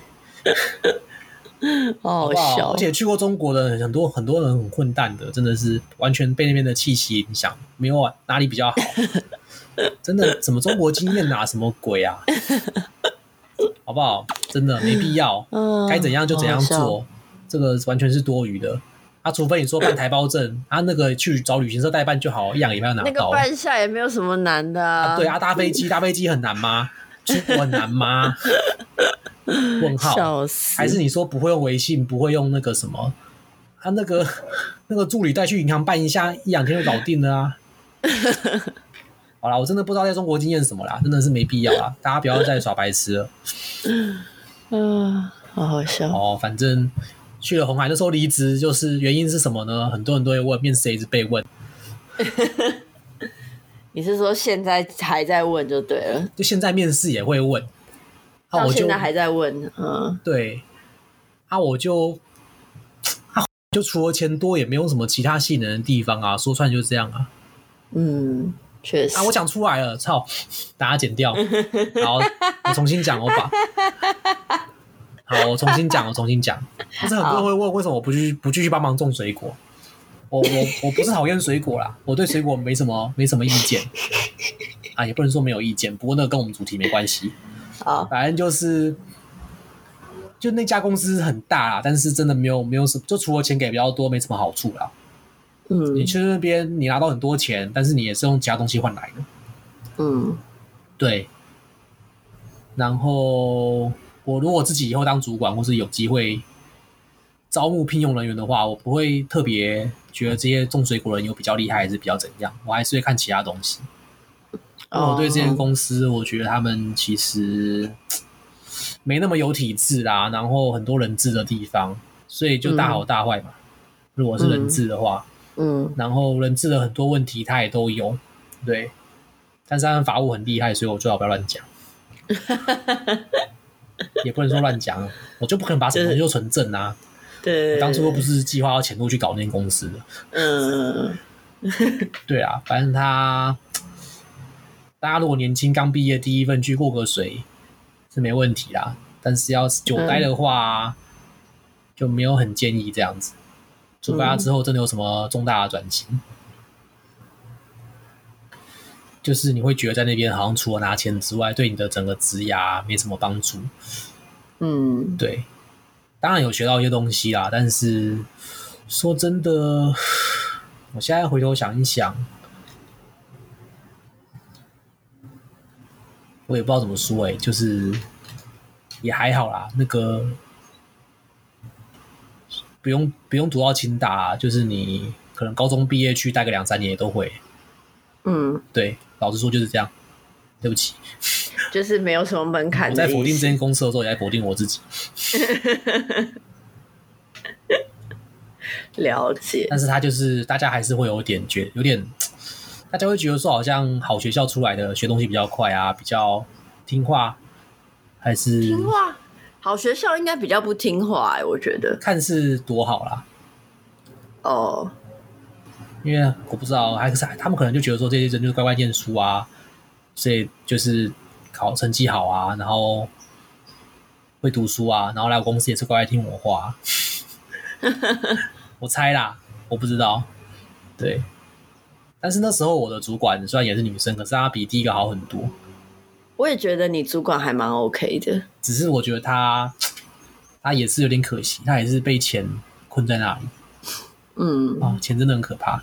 Speaker 2: 好笑。
Speaker 1: 而且去过中国的很多人很混蛋的，真的是完全被那边的气息影响，没有哪里比较好。真的什么中国经验什么鬼啊，好不好？真的没必要，该怎样就怎样做，这个完全是多余的。除非你说办台胞证，那个去找旅行社代办就好，1-2个礼拜拿到。
Speaker 2: 那个办下也没有什么难的
Speaker 1: 对搭飞机很难吗？出国很难吗？问号，
Speaker 2: 笑死！
Speaker 1: 还是你说不会用微信，不会用那个什么？那个助理带去银行办一下，1-2天就搞定了啊！好啦，我真的不知道在中国经验是什么啦，真的是没必要啦，大家不要再耍白痴了。
Speaker 2: 好好笑
Speaker 1: 反正去了鸿海那时候离职，就是原因是什么呢？很多人都会问，面试一直被问。
Speaker 2: 你是说现在还在问就对了？
Speaker 1: 就现在面试也会问。
Speaker 2: 到现在还在问，
Speaker 1: 对， 我就除了钱多也没有什么其他吸引人的地方啊，说穿就是这样啊。
Speaker 2: 确实
Speaker 1: 我讲出来了，操，大家剪掉。好，我重新讲，我重新讲。就是很多人会问为什么我不继续帮忙种水果。我不是讨厌水果啦，我对水果没什么意见啊，也不能说没有意见，不过那个跟我们主题没关系。反正就那家公司很大啦，但是真的没有什么，就除了钱给比较多，没什么好处啦。你去那边你拿到很多钱，但是你也是用其他东西换来的。对。然后我如果自己以后当主管，或是有机会招募聘用人员的话，我不会特别觉得这些种水果人有比较厉害还是比较怎样，我还是会看其他东西。我对这间公司，我觉得他们其实没那么有体制啦，然后很多人治的地方，所以就大好大坏嘛。如果是人治的话，然后人治的很多问题他也都有，对。但是他们法务很厉害，所以我最好不要乱讲。也不能说乱讲，我就不可能把什么东西都存证啊。
Speaker 2: 对，
Speaker 1: 我当初又不是计划要潜入去搞那间公司的。对啊，反正大家如果年轻刚毕业第一份去过个水是没问题啦，但是要久待的话，就没有很建议这样子，除非他之后真的有什么重大的转型。就是你会觉得在那边好像除了拿钱之外，对你的整个职涯没什么帮助。对，当然有学到一些东西啦，但是说真的，我现在回头想一想，我也不知道怎么说就是也还好啦。那个不用读到清大就是你可能高中毕业去待个2-3年也都会。对，老实说就是这样。对不起，
Speaker 2: 就是没有什么门槛的意思。
Speaker 1: 我在否定这间公司的时候，也在否定我自己。
Speaker 2: 了解。
Speaker 1: 但是他就是大家还是会有点大家会觉得说好像好学校出来的学东西比较快啊，比较听话，还是
Speaker 2: 听话？好学校应该比较不听话我觉得。
Speaker 1: 看似多好啦。因为我不知道，他们可能就觉得说这些人就是乖乖念书啊，所以就是考成绩好啊，然后会读书啊，然后来我公司也是乖乖听我话。我猜啦，我不知道。对，但是那时候我的主管虽然也是女生，可是她比第一个好很多。
Speaker 2: 我也觉得你主管还蛮 OK 的，
Speaker 1: 只是我觉得她也是有点可惜，她也是被钱困在那里。钱真的很可怕。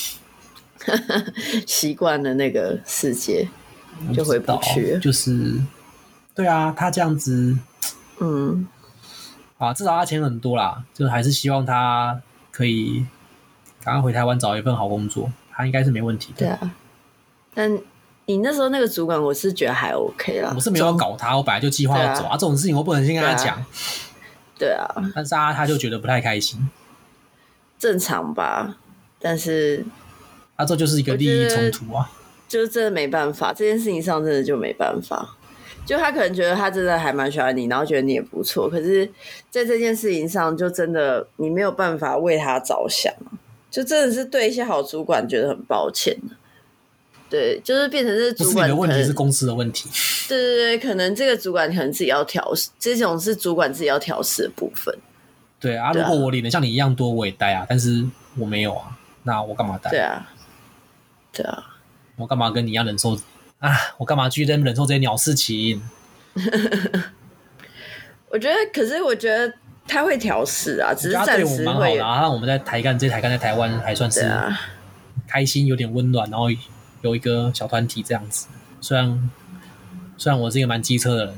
Speaker 2: 习惯了那个世界就回不去了。
Speaker 1: 就是对啊，他这样子至少他钱很多啦，就还是希望他可以赶快回台湾找一份好工作，他应该是没问题的。
Speaker 2: 对啊，但你那时候那个主管我是觉得还 OK 啦。
Speaker 1: 我是没有要搞他，我本来就计划要走这种事情我不能先跟他讲。
Speaker 2: 对啊，
Speaker 1: 但是他就觉得不太开心。
Speaker 2: 正常吧，但是
Speaker 1: 这就是一个利益冲突啊。
Speaker 2: 就是真的没办法，这件事情上真的就没办法。就他可能觉得他真的还蛮喜欢你，然后觉得你也不错，可是在这件事情上就真的你没有办法为他着想，就真的是对一些好主管觉得很抱歉。对，就是变成是主管，
Speaker 1: 不是你的问题，是公司的问题。
Speaker 2: 对对对，可能这个主管可能自己要调试，这种是主管自己要调试的部分。
Speaker 1: 对啊，如果我领的像你一样多，我也待啊，但是我没有啊，那我干嘛待？
Speaker 2: 对啊，对啊，
Speaker 1: 我干嘛跟你一样忍受啊？我干嘛继续在忍受这些鸟事情？
Speaker 2: 可是我觉得他会调试啊，只是暂时会。
Speaker 1: 他对我蛮好的啊，让我们在台干在台湾还算是开心，有点温暖，然后有一个小团体这样子。虽然我是一个蛮机车的人，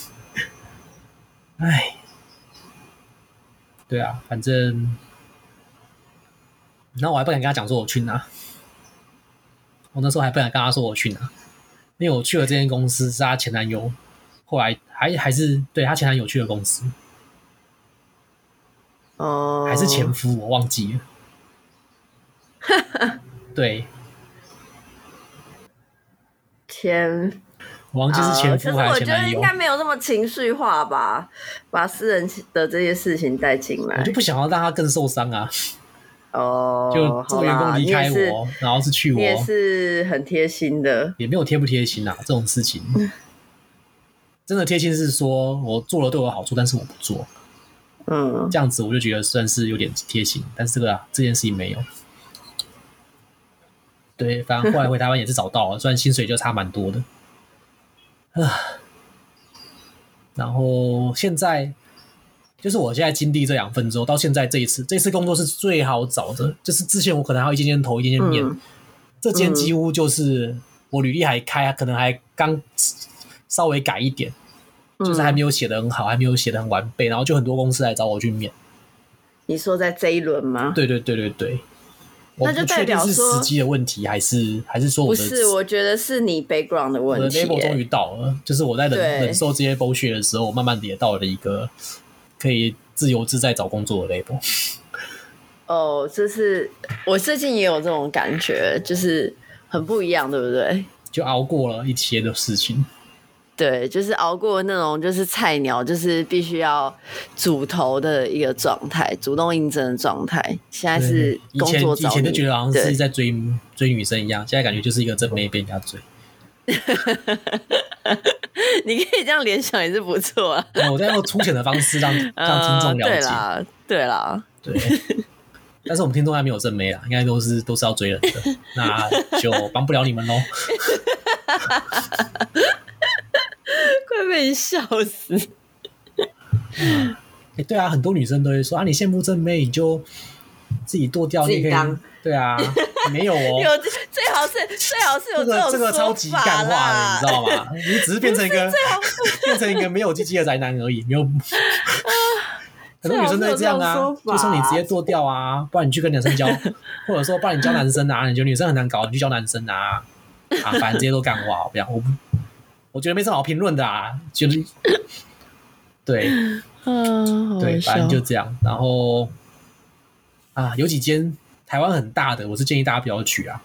Speaker 1: 唉。对啊，反正，然后我还不敢跟他讲说我去哪，我那时候还不敢跟他说我去哪，因为我去了这间公司是他前男友，后来还是对他前男友去的公司，还是前夫我忘记了，对， 我忘记是前夫还是前男友。
Speaker 2: 可是我觉得应该没有那么情绪化吧，把私人的这些事情带进来。
Speaker 1: 我就不想要让他更受伤啊。就这个员工离开我，然后是去我，
Speaker 2: 你也是很贴心的，
Speaker 1: 也没有贴不贴心啊，这种事情。真的贴心是说我做了对我有好处，但是我不做，这样子我就觉得算是有点贴心，但是这件事情没有。对，反正后来回台湾也是找到了，虽然薪水就差蛮多的。然后现在就是我现在经历这2份之后，到现在这一次工作是最好找的，就是之前我可能还要一间间投一间间面，这间几乎就是我履历还开，可能还刚稍微改一点，就是还没有写得很好，还没有写得很完备，然后就很多公司来找我去面。你
Speaker 2: 说在这一轮吗？
Speaker 1: 对对对对对。
Speaker 2: 那就代表说
Speaker 1: 我不确定是时机的问题，还是说我的
Speaker 2: 不是？我觉得是你 background 的问题。
Speaker 1: 我的 level 终于到了，就是我在忍受这些 bullshit 的时候，我慢慢的也到了一个可以自由自在找工作的 level。
Speaker 2: 就是我最近也有这种感觉，就是很不一样，对不对？
Speaker 1: 就熬过了一些的事情。
Speaker 2: 对，就是熬过那种就是菜鸟，就是必须要主投的一个状态，主动应征的状态。现在是工作找你，
Speaker 1: 以前就觉得好像是在追女生一样，现在感觉就是一个正妹被人家追。
Speaker 2: 你可以这样联想也是不错啊。
Speaker 1: 我在用粗浅的方式让听众了解。
Speaker 2: 对啦。
Speaker 1: 但是我们听众还没有正妹啦，应该都是要追人的，那就帮不了你们咯。
Speaker 2: 快被你笑死。
Speaker 1: 对啊，很多女生都会说啊，你羡慕正妹，你就自己剁掉，你可以对啊，没有哦，
Speaker 2: 最好是有这种
Speaker 1: 这个超级干话的，你知道吗？你只是变成一个没有鸡鸡的宅男而已，没有。很多女生都会这样啊，就说你直接剁掉啊，不然你去跟男生交，或者说不然你交男生啊，你觉得女生很难搞，你去交男生啊，反正这些都干话，不要我觉得没什么好评论的啊，就是对，对，反正就这样。然后有几间台湾很大的，我是建议大家不要去啊。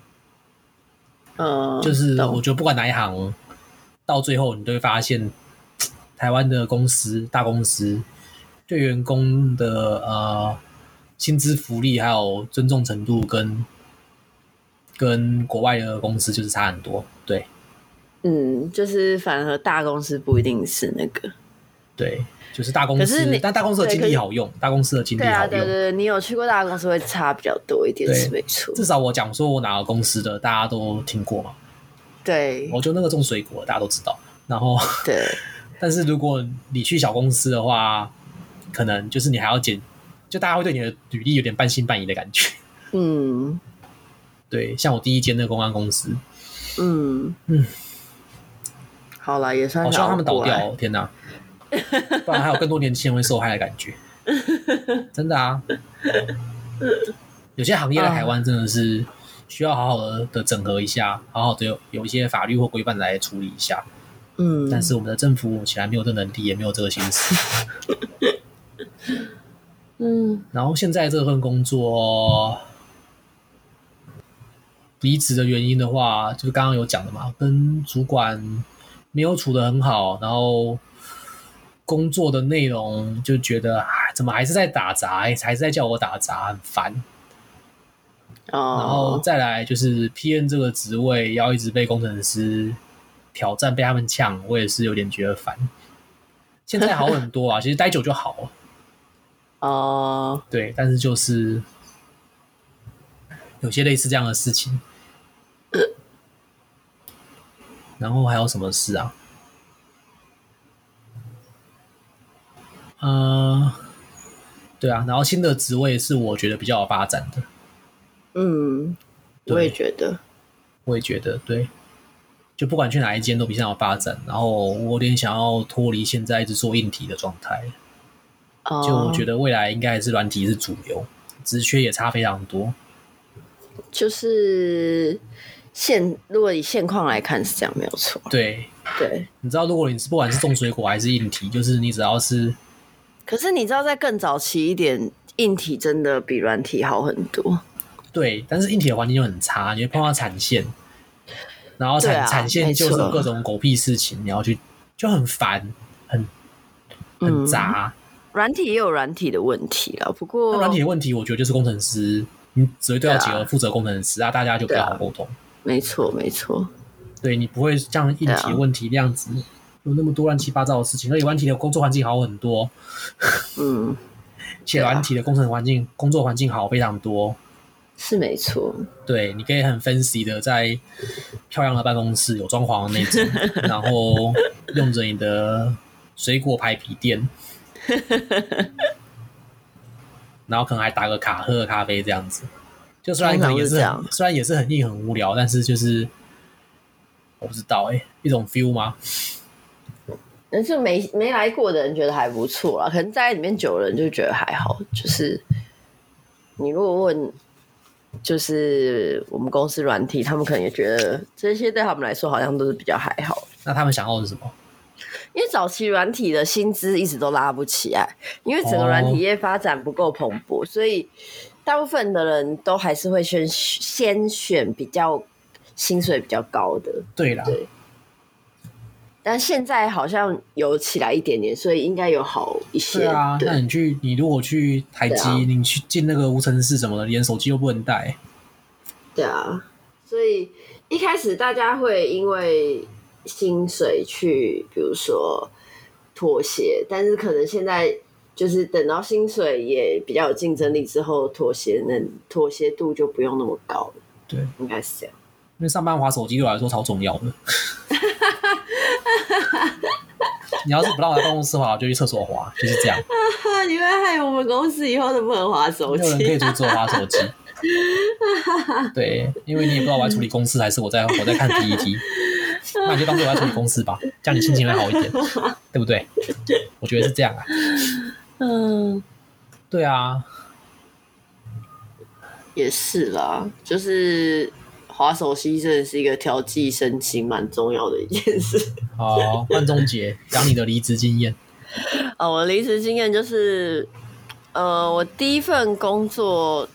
Speaker 1: 就是我觉得不管哪一行，到最后你都会发現，台湾的大公司对员工的薪资福利还有尊重程度跟国外的公司就是差很多，对。
Speaker 2: 就是反而大公司不一定是那个，
Speaker 1: 对，就是大公司，但大公司的经历好用，大公司的经历好用。
Speaker 2: 对，你有去过大公司会差比较多一点，是没错。
Speaker 1: 至少我讲说我哪个公司的，大家都听过嘛。
Speaker 2: 对，
Speaker 1: 我就那个种水果，大家都知道。然后，
Speaker 2: 对，
Speaker 1: 但是如果你去小公司的话，可能就是你还要就大家会对你的履历有点半信半疑的感觉。对，像我第一间的公关公司，
Speaker 2: 好啦，也算是。
Speaker 1: 好希望他们倒掉天哪！不然还有更多年轻人会受害的感觉。真的啊，有些行业在台湾真的是需要好好的整合一下，好好的有一些法律或规范来处理一下。但是我们的政府目前没有这能力，也没有这个心思。然后现在这份工作离职的原因的话，就是刚刚有讲的嘛，跟主管没有处得很好，然后工作的内容就觉得怎么还是在打杂，还是在叫我打杂，很烦。然后再来就是 PM 这个职位要一直被工程师挑战，被他们呛，我也是有点觉得烦。现在好很多啊，其实待久就好了。对，但是就是有些类似这样的事情。然后还有什么事啊？对啊，然后新的职位是我觉得比较有发展的。
Speaker 2: 我也觉得，
Speaker 1: 对，就不管去哪一间都比较有发展。然后我有点想要脱离现在一直做硬体的状态。就我觉得未来应该还是软体是主流，职缺也差非常多。
Speaker 2: 就是如果以现况来看是这样没有错。
Speaker 1: 对，你知道如果你不管是种水果还是硬体，就是你只要是，
Speaker 2: 可是你知道在更早期一点，硬体真的比软体好很多。
Speaker 1: 对，但是硬体的环境就很差，你会碰到产线。 然后产线就是各种狗屁事情，你要去就很烦，很杂。
Speaker 2: 软体也有软体的问题啦，不过
Speaker 1: 软体的问题，我觉得就是工程师，你只会对到几个负责工程师啊，大家就比较好沟通。
Speaker 2: 没错，没错。
Speaker 1: 对，你不会像硬体的问题那样子，有那么多乱七八糟的事情，而且软体的工作环境好很多。且软体的工程环境、工作环境好非常多。
Speaker 2: 是没错，
Speaker 1: 对，你可以很 fancy 的在漂亮的办公室有装潢的那种，然后用着你的水果牌笔电，然后可能还打个卡喝个咖啡这样子。就虽然也是很硬很无聊，但是就是我不知道一种 feel 吗？
Speaker 2: 但是没来过的人觉得还不错啦，可能在里面久的人就觉得还好。就是你如果问。就是我们公司软体，他们可能也觉得这些对他们来说好像都是比较还好。
Speaker 1: 那他们想要的是什么？
Speaker 2: 因为早期软体的薪资一直都拉不起来，因为整个软体业发展不够蓬勃，所以大部分的人都还是会先选比较薪水比较高的。
Speaker 1: 对啦，
Speaker 2: 对。但现在好像有起来一点点，所以应该有好一些。
Speaker 1: 对啊，那你如果去台积，你去进那个无尘室什么的，连手机都不能带。
Speaker 2: 对啊，所以一开始大家会因为薪水去，比如说妥协，但是可能现在就是等到薪水也比较有竞争力之后，妥协度就不用那么高了。
Speaker 1: 对，
Speaker 2: 应该是这样。
Speaker 1: 因为上班滑手机对我来说超重要的。你要是不让我在办公室滑，我就去厕所滑，就是这样。
Speaker 2: 你会害我们公司以后都不能滑手机。
Speaker 1: 没有人可以阻止我滑手机。对，因为你也不知道我在处理公事还是我在看 PPT， 那你就当作我在处理公事吧，这样你心情会好一点，对不对？我觉得是这样啊。对啊，
Speaker 2: 也是啦，就是滑手机真的是一个调剂身心蛮重要的一件事。
Speaker 1: 好，万中杰讲你的离职经验。
Speaker 2: 我的离职经验就是，我第一份工作，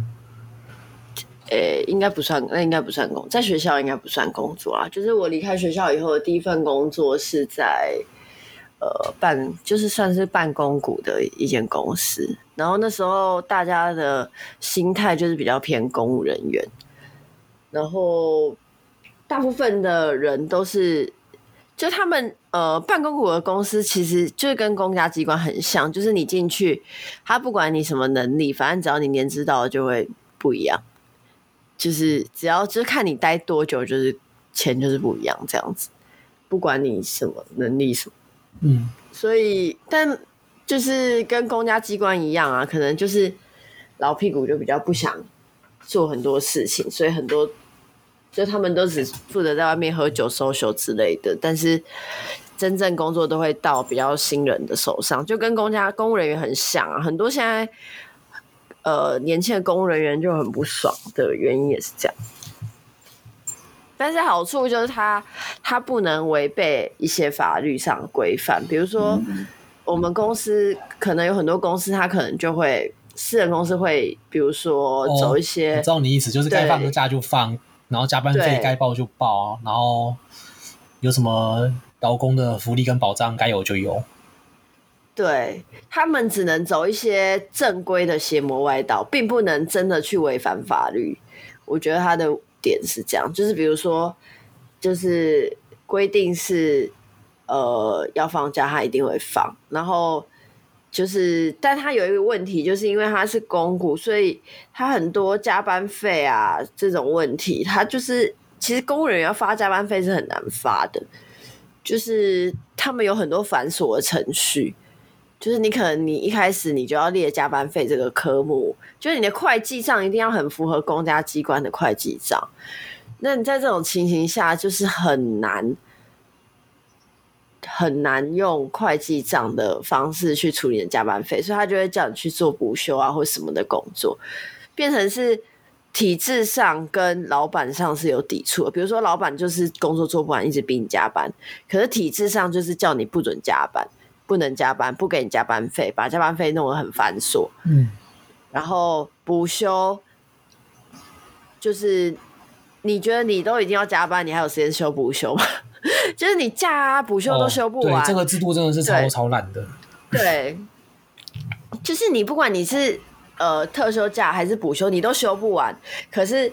Speaker 2: 应该不算工，在学校应该不算工作啦。就是我离开学校以后的第一份工作是在就是算是办公股的一间公司。然后那时候大家的心态就是比较偏公务人员。然后大部分的人都是，就他们办公股的公司其实就是跟公家机关很像，就是你进去，他不管你什么能力，反正只要你年资到了就会不一样，就是只要就是看你待多久，就是钱就是不一样这样子，不管你什么能力什么，所以但就是跟公家机关一样啊，可能就是老屁股就比较不想做很多事情，所以很多就他们都只负责在外面喝酒 social 之类的，但是真正工作都会到比较新人的手上，就跟公务人员很像啊。很多现在年轻的公务人员就很不爽的原因也是这样。但是好处就是他不能违背一些法律上的规范，比如说我们公司可能有很多公司，他可能就会私人公司会，比如说走一些，
Speaker 1: 我知道你意思，就是该放的假就放，然后加班费该报就报，然后有什么劳工的福利跟保障该有就有。
Speaker 2: 对，他们只能走一些正规的邪魔歪道，并不能真的去违反法律。我觉得他的点是这样，就是比如说，就是规定是要放假，他一定会放，然后就是，但他有一个问题，就是因为他是公股，所以他很多加班费啊这种问题，他就是其实公务人员要发加班费是很难发的，就是他们有很多繁琐的程序，就是你可能你一开始你就要列加班费这个科目，就是你的会计账一定要很符合公家机关的会计账，那你在这种情形下就是很难用会计账的方式去处理你的加班费，所以他就会叫你去做补休啊或什么的工作，变成是体制上跟老板上是有抵触的。比如说老板就是工作做不完一直逼你加班，可是体制上就是叫你不准加班，不能加班，不给你加班费，把加班费弄得很繁琐。然后补休就是你觉得你都已经要加班，你还有时间休补休吗？就是你假啊补休都休不完。
Speaker 1: 对，这个制度真的是超烂的。
Speaker 2: 对，就是你不管你是特休假还是补休，你都休不完。可是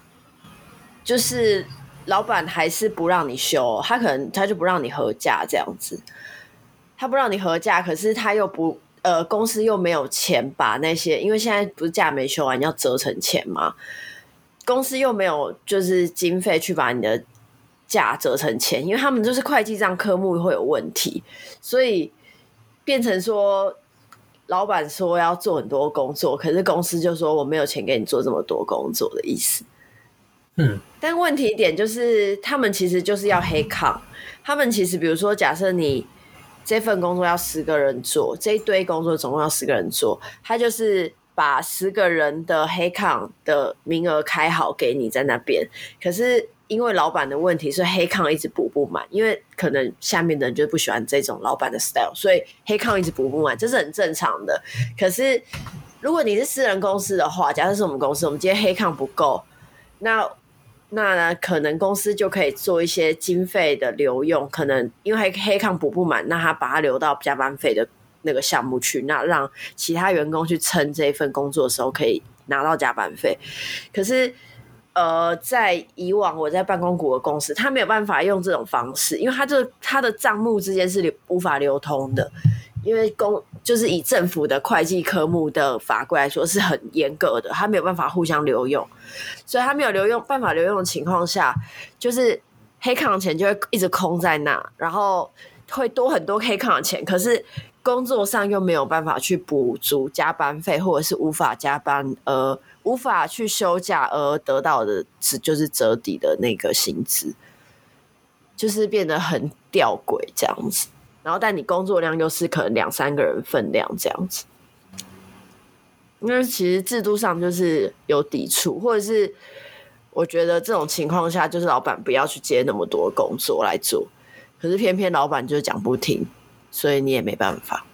Speaker 2: 就是老板还是不让你休，他就不让你核假这样子。他不让你核假，可是他又不公司又没有钱把那些，因为现在不是假没休完要折成钱吗？公司又没有就是经费去把你的假折成钱，因为他们就是会计账科目会有问题，所以变成说老板说要做很多工作，可是公司就说我没有钱给你做这么多工作的意思。但问题点就是他们其实就是要黑抗，他们其实比如说假设你这份工作要10个人做，这一堆工作总共要10个人做，他就是把10个人的黑抗的名额开好给你在那边，可是因为老板的问题，所以黑抗一直补不满，因为可能下面的人就不喜欢这种老板的 style， 所以黑抗一直补不满，这是很正常的。可是如果你是私人公司的话，假设是我们公司，我们今天黑抗不够，那可能公司就可以做一些经费的留用，可能因为黑抗补不满，那他把它留到加班费的那个项目去，那让其他员工去撑这一份工作的时候可以拿到加班费。可是在以往我在办公股的公司，他没有办法用这种方式，因为他的账目之间是无法流通的，因为就是以政府的会计科目的法规来说是很严格的，他没有办法互相留用，所以他没有办法留用的情况下，就是黑抗的钱就会一直空在那，然后会多很多黑抗的钱，可是工作上又没有办法去补足加班费，或者是无法加班无法去休假而得到的就是折抵的那个薪资，就是变得很吊诡这样子。然后但你工作量又是可能2-3个人分量这样子，因为其实制度上就是有抵触，或者是我觉得这种情况下就是老板不要去接那么多工作来做，可是偏偏老板就讲不听，所以你也没办法。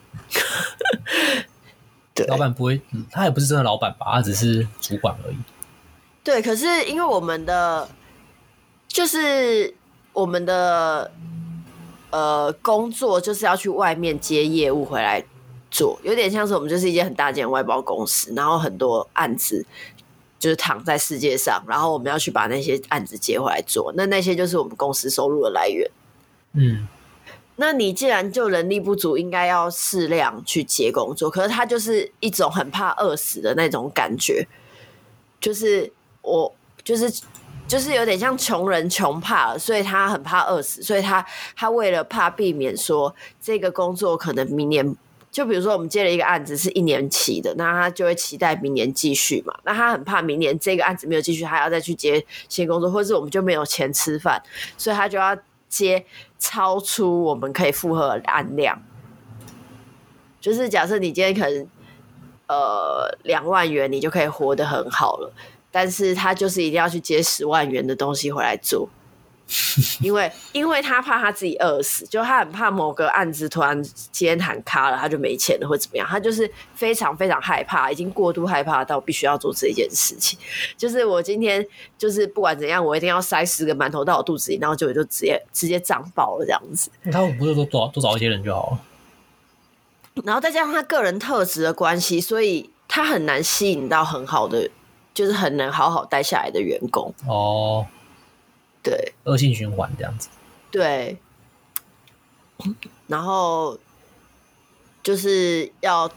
Speaker 2: 对，
Speaker 1: 老板不会，他也不是真的老板吧，他只是主管而已。
Speaker 2: 对，可是因为我们的工作就是要去外面接业务回来做，有点像是我们就是一间很大间的外包公司，然后很多案子就是躺在世界上，然后我们要去把那些案子接回来做，那些就是我们公司收入的来源。那你既然就人力不足，应该要适量去接工作，可是他就是一种很怕饿死的那种感觉，就是有点像穷人穷怕了，所以他很怕饿死，所以他为了怕避免说这个工作可能明年，就比如说我们接了一个案子是1年期的，那他就会期待明年继续嘛，那他很怕明年这个案子没有继续，他要再去接新工作，或是我们就没有钱吃饭，所以他就要接超出我们可以负荷的案量。就是假设你今天可能2万元你就可以活得很好了，但是他就是一定要去接10万元的东西回来做，因为他怕他自己饿死，就他很怕某个案子突然今天喊卡了，他就没钱了或怎么样，他就是非常非常害怕，已经过度害怕到必须要做这件事情。就是我今天就是不管怎样，我一定要塞10个馒头到我肚子里，然后就直接胀爆了这样子。
Speaker 1: 他们不是多找一些人就好了，
Speaker 2: 然后再加上他个人特质的关系，所以他很难吸引到很好的，就是很能好好待下来的员工。
Speaker 1: 哦，
Speaker 2: 对，
Speaker 1: 恶性循环这样子。
Speaker 2: 对，然后就是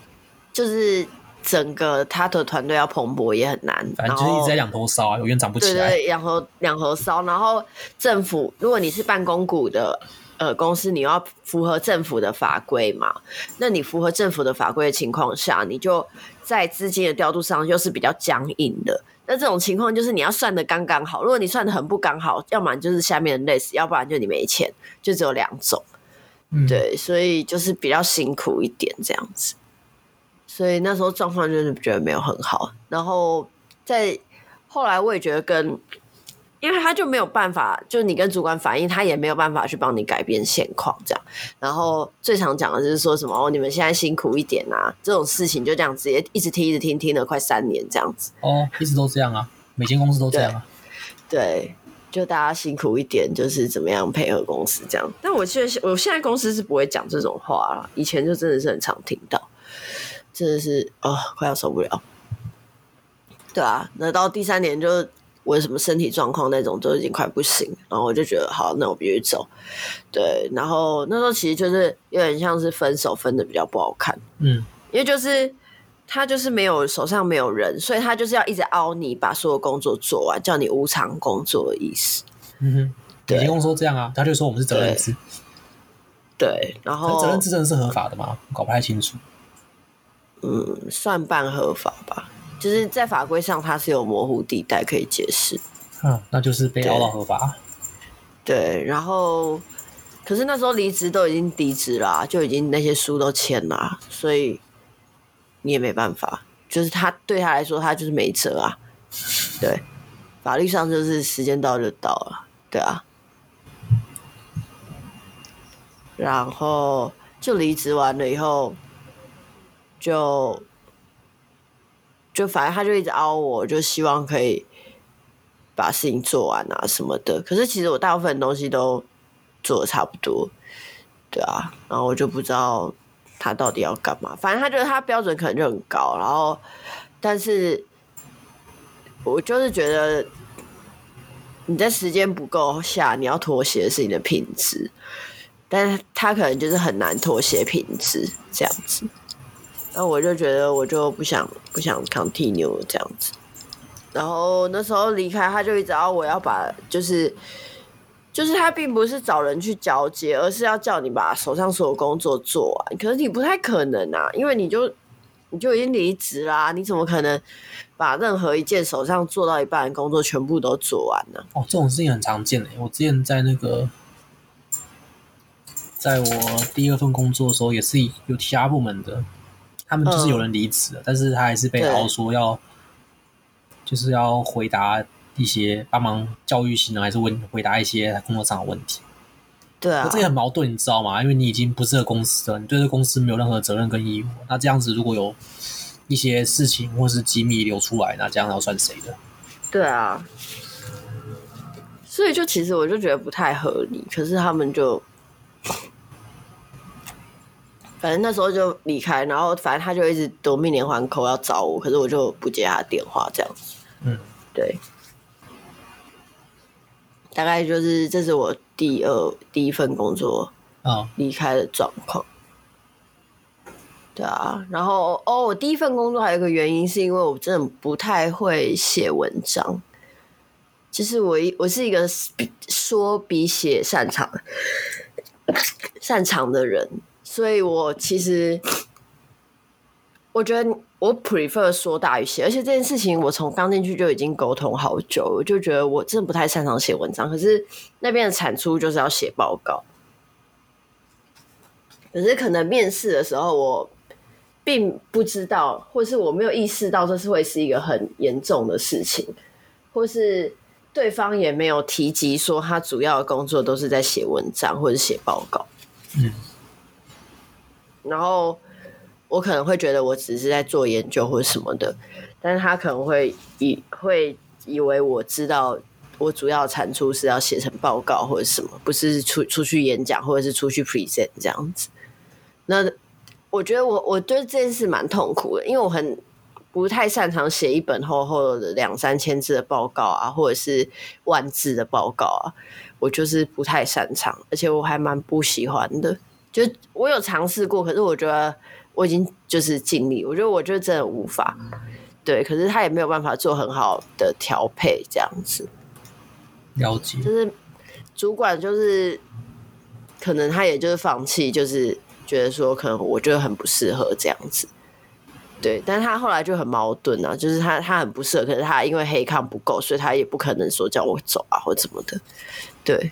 Speaker 2: 整个他的团队要蓬勃也很难，
Speaker 1: 反正就是一直在两头烧啊，永远涨不起来。
Speaker 2: 对，两头烧。然后政府，如果你是办公股的公司，你要符合政府的法规嘛？那你符合政府的法规的情况下，你就在资金的调度上又是比较僵硬的。那这种情况就是你要算的刚刚好，如果你算的很不刚好，要不然就是下面的累死，要不然就你没钱，就只有2种。对，所以就是比较辛苦一点这样子。所以那时候状况就是觉得没有很好，然后后来我也觉得因为他就没有办法，就是你跟主管反映，他也没有办法去帮你改变现况这样。然后最常讲的就是说什么你们现在辛苦一点啊，这种事情就这样直接一直听了快3年这样子。
Speaker 1: 哦，一直都这样啊，每间公司都这样啊。
Speaker 2: 对，就大家辛苦一点，就是怎么样配合公司这样。但我现在公司是不会讲这种话啦，以前就真的是很常听到，真的是快要受不了。对啊，那到第3年就我什么身体状况那种都已经快不行，然后我就觉得好，那我必须走。对，然后那时候其实就是有点像是分手分的比较不好看，因为就是他就是手上没有人，所以他就是要一直凹你把所有工作做完，叫你无偿工作的意思。
Speaker 1: 对，员工说这样啊，他就说我们是责任制。
Speaker 2: 对，然后
Speaker 1: 责任制真的是合法的吗？我搞不太清楚。
Speaker 2: 算半合法吧。就是在法规上它是有模糊地带可以解释，
Speaker 1: 那就是被凹到合法。
Speaker 2: 对，然后可是那时候离职都已经离职啦，就已经那些书都签啦，所以你也没办法，就是对他来说他就是没辙啊。对，法律上就是时间到就到了，对啊。然后就离职完了以后就反正他就一直凹我，就希望可以把事情做完啊什么的。可是其实我大部分东西都做的差不多，对啊。然后我就不知道他到底要干嘛。反正他觉得他标准可能就很高，然后但是我就是觉得你在时间不够下，你要妥协的是你的品质，但是他可能就是很难妥协品质这样子。然后我就觉得我就不想 continue 这样子，然后那时候离开他就一直要我要把就是他并不是找人去交接，而是要叫你把手上所有工作做完。可是你不太可能啊，因为你就已经离职啦，你怎么可能把任何一件手上做到一半的工作全部都做完呢？
Speaker 1: 这种事情很常见我之前在我第2份工作的时候，也是有其他部门的。他们就是有人离职了，但是他还是被凹说就是要回答一些帮忙教育性还是回答一些工作上的问题。
Speaker 2: 对啊，
Speaker 1: 这也很矛盾，你知道吗？因为你已经不是这个公司了，你对这个公司没有任何责任跟义务。那这样子如果有一些事情或是机密流出来，那这样要算谁的？
Speaker 2: 对啊，所以就其实我就觉得不太合理，可是他们就。反正那时候就离开，然后反正他就一直夺命连环扣要找我，可是我就不接他的电话这样子。对，大概就是这是我第一份工作离开的状况。对啊，然后我第一份工作还有一个原因是因为我真的不太会写文章，就是我是一个说比写擅长的人。所以我其实我觉得我 prefer 说大于写，而且这件事情我从刚进去就已经沟通好久，我就觉得我真的不太擅长写文章，可是那边的产出就是要写报告。可是可能面试的时候我并不知道，或是我没有意识到这是会是一个很严重的事情，或是对方也没有提及说他主要的工作都是在写文章或者写报告。然后我可能会觉得我只是在做研究或者什么的，但是他可能会以为我知道我主要的产出是要写成报告或者什么，不是出去演讲或者是出去 present 这样子。那我觉得我对这件事蛮痛苦的，因为我很不太擅长写一本厚厚的2-3千字的报告啊，或者是10000字的报告啊，我就是不太擅长，而且我还蛮不喜欢的。就我有尝试过，可是我觉得我已经就是尽力，我觉得真的无法。对，可是他也没有办法做很好的调配这样子。
Speaker 1: 了解。
Speaker 2: 就是主管就是可能他也就是放弃，就是觉得说可能我觉得很不适合这样子。对，但是他后来就很矛盾啊，就是他很不适合，可是他因为黑康不够，所以他也不可能说叫我走啊或怎么的。对。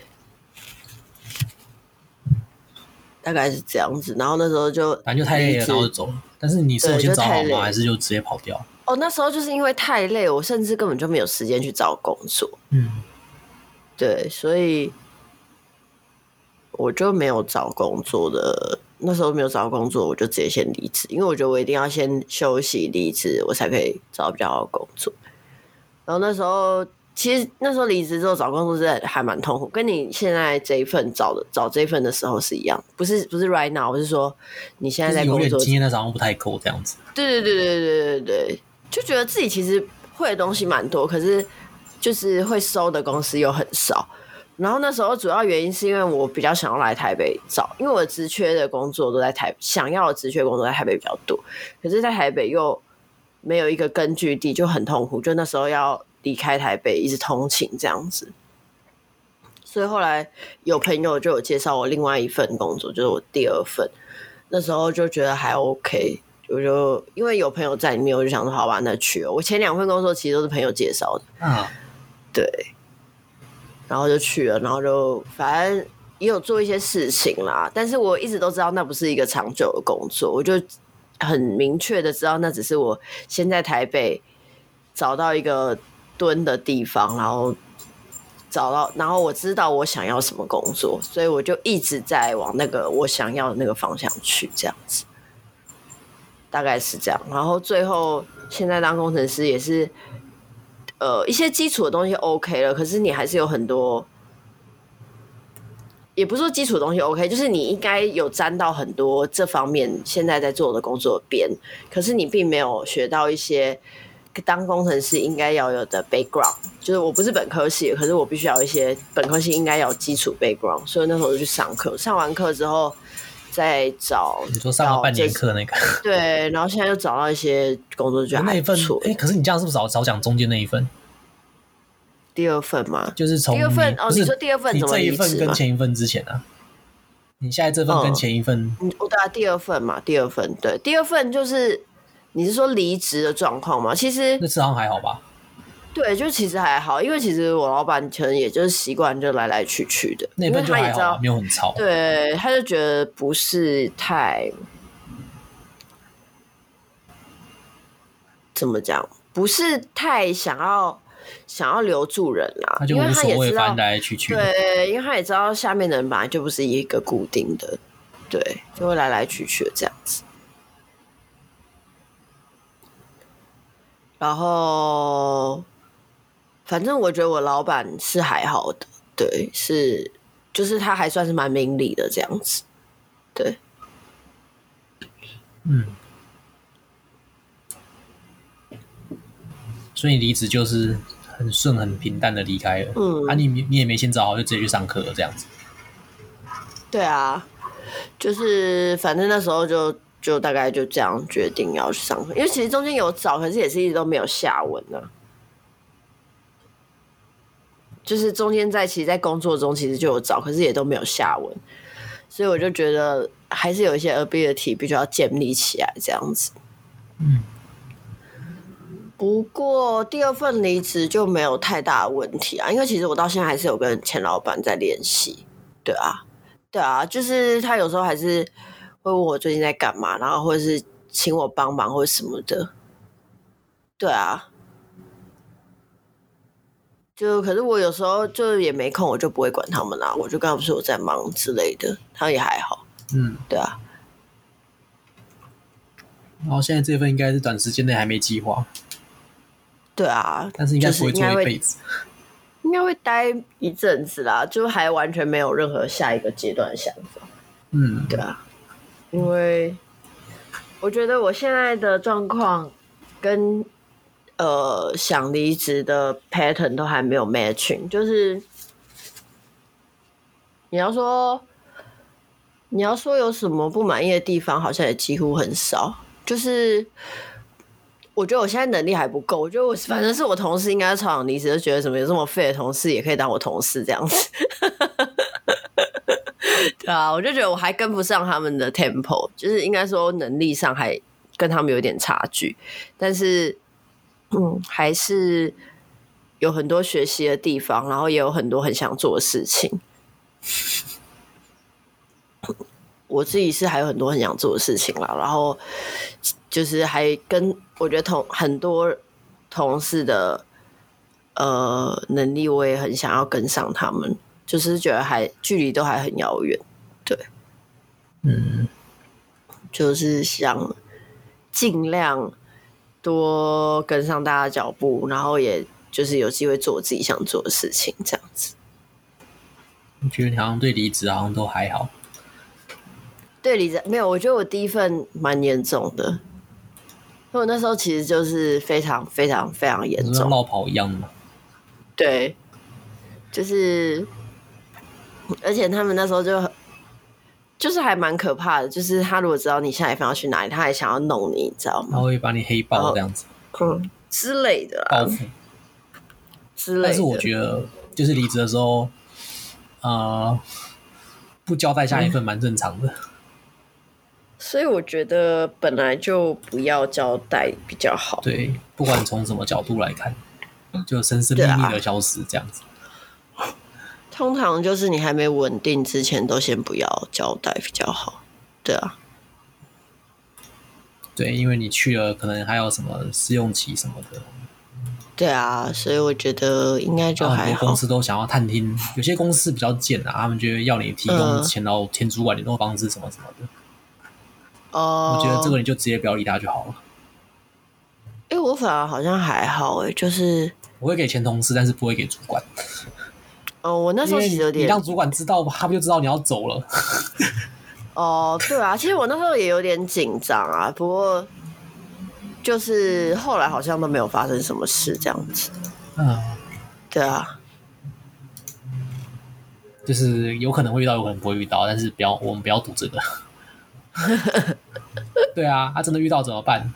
Speaker 2: 大概是这样子，然后那时候
Speaker 1: 反正就太累了，然后就走了。但是你是有先找好吗？还是就直接跑掉？
Speaker 2: 那时候就是因为太累，我甚至根本就没有时间去找工作。对，所以我就没有找工作的。那时候没有找工作，我就直接先离职，因为我觉得我一定要先休息离职，我才可以找比较好的工作。然后那时候其实那时候离职之后找工作是还蛮痛苦，跟你现在这一份找这一份的时候是一样，不是 right now， 我是说你现在在工作，
Speaker 1: 有点经验，那好像不太够这样子。
Speaker 2: 对，就觉得自己其实会的东西蛮多，可是就是会收的公司又很少。然后那时候主要原因是因为我比较想要来台北找，因为我的职缺的工作都在想要的职缺工作在台北比较多，可是在台北又没有一个根据地，就很痛苦。就那时候要离开台北，一直通勤这样子。所以后来有朋友就有介绍我另外一份工作，就是我第二份。那时候就觉得还 OK， 我就因为有朋友在里面，我就想说好吧，那去了。我前2份工作其实都是朋友介绍的，对，然后就去了，然后就反正也有做一些事情啦。但是我一直都知道那不是一个长久的工作，我就很明确的知道那只是我先在台北找到一个蹲的地方，然后我知道我想要什么工作，所以我就一直在往那个我想要的那个方向去，这样子，大概是这样。然后最后现在当工程师也是，一些基础的东西 OK 了，可是你还是有很多，也不是说基础的东西 OK， 就是你应该有沾到很多这方面现在在做的工作边，可是你并没有学到一些当工程师应该要有的 background， 就是我不是本科系，可是我必须要有一些本科系应该要有基础 background， 所以那时候就去上课，上完课之后再找。
Speaker 1: 你说上了半年课那个？
Speaker 2: 对，然后现在又找到一些工作，就还不错。
Speaker 1: 可是你这样是不是少讲中间那一份？
Speaker 2: 第二份吗？
Speaker 1: 就是从
Speaker 2: 第二份哦，你说第二份怎么离职吗？
Speaker 1: 你这一份跟前一份之前啊？你现在这份跟前一份？
Speaker 2: 对啊，第二份嘛，第二份对，第二份就是。你是说离职的状况吗？其实
Speaker 1: 那次好像还好吧。
Speaker 2: 对，就其实还好，因为其实我老板可能也就是习惯就来来去去的，
Speaker 1: 那份就还好，没有很吵。
Speaker 2: 对，他就觉得不是太怎么讲，不是太想要留住人啦，
Speaker 1: 他就无所谓，反正来来去去。
Speaker 2: 对，因为他也知道下面的人本来就不是一个固定的，对，就会来来去去的这样子。然后，反正我觉得我老板是还好的，对，就是他还算是蛮明理的这样子，对，
Speaker 1: 所以离职就是很顺很平淡的离开了，你也没先找好就直接去上课了这样子，
Speaker 2: 对啊，就是反正那时候就大概就这样决定要去上课，因为其实中间有找，可是也是一直都没有下文啊。就是中间其实在工作中其实就有找，可是也都没有下文，所以我就觉得还是有一些 ability 必须要建立起来这样子。不过第二份离职就没有太大的问题啊，因为其实我到现在还是有跟前老板在联系。对啊，就是他有时候还是会问我最近在干嘛，然后或者是请我帮忙或者什么的。对啊，可是我有时候就也没空，我就不会管他们啦，我就跟他们说我在忙之类的，他也还好。对啊。
Speaker 1: 然后现在这份应该是短时间内还没计划。
Speaker 2: 对啊，
Speaker 1: 但是应该不会做一辈子。
Speaker 2: 应该会待一阵子啦，就还完全没有任何下一个阶段的想法。对啊，因为我觉得我现在的状况跟想离职的 pattern 都还没有 matching， 就是你要说有什么不满意的地方，好像也几乎很少。就是我觉得我现在能力还不够，我觉得反正是我同事应该超想离职，就觉得什么有这么废的同事也可以当我同事这样子。对啊，我就觉得我还跟不上他们的 tempo， 就是应该说能力上还跟他们有点差距，但是还是有很多学习的地方，然后也有很多很想做的事情。我自己是还有很多很想做的事情啦，然后就是还跟我觉得很多同事的能力，我也很想要跟上他们，就是觉得距离都还很遥远，对，就是想尽量多跟上大家的脚步，然后也就是有机会做我自己想做的事情，这样子。
Speaker 1: 我觉得你好像对离职好像都还好。
Speaker 2: 对离职没有，我觉得我第一份蛮严重的，因为我那时候其实就是非常非常非常严重，
Speaker 1: 跟落跑一样的嘛。
Speaker 2: 对，就是而且他们那时候就是还蛮可怕的，就是他如果知道你下一份要去哪里，他还想要弄你，你知道吗？
Speaker 1: 他会把你黑爆这样子，
Speaker 2: 之类的
Speaker 1: 报复
Speaker 2: 之类的。
Speaker 1: 但是我觉得，就是离职的时候，不交代下一份蛮正常的。
Speaker 2: 所以我觉得本来就不要交代比较好。
Speaker 1: 对，不管从什么角度来看，就神神秘秘的消失这样子。
Speaker 2: 通常就是你还没稳定之前，都先不要交代比较好。对啊，
Speaker 1: 对，因为你去了，可能还有什么试用期什么的。
Speaker 2: 对啊，所以我觉得应该就还好。
Speaker 1: 很多公司都想要探听，有些公司比较贱啊，他们觉得要你提供前主管联络方式什么什么的。我觉得这个你就直接不要理他就好了。
Speaker 2: 我反而好像还好就是
Speaker 1: 我会给前同事，但是不会给主管。
Speaker 2: 我那时候其实有点，
Speaker 1: 你让主管知道，他不就知道你要走了？
Speaker 2: 对啊，其实我那时候也有点紧张啊，不过就是后来好像都没有发生什么事这样子。对啊，
Speaker 1: 就是有可能会遇到，有可能不会遇到，但是我们不要赌这个。对啊，他真的遇到怎么办？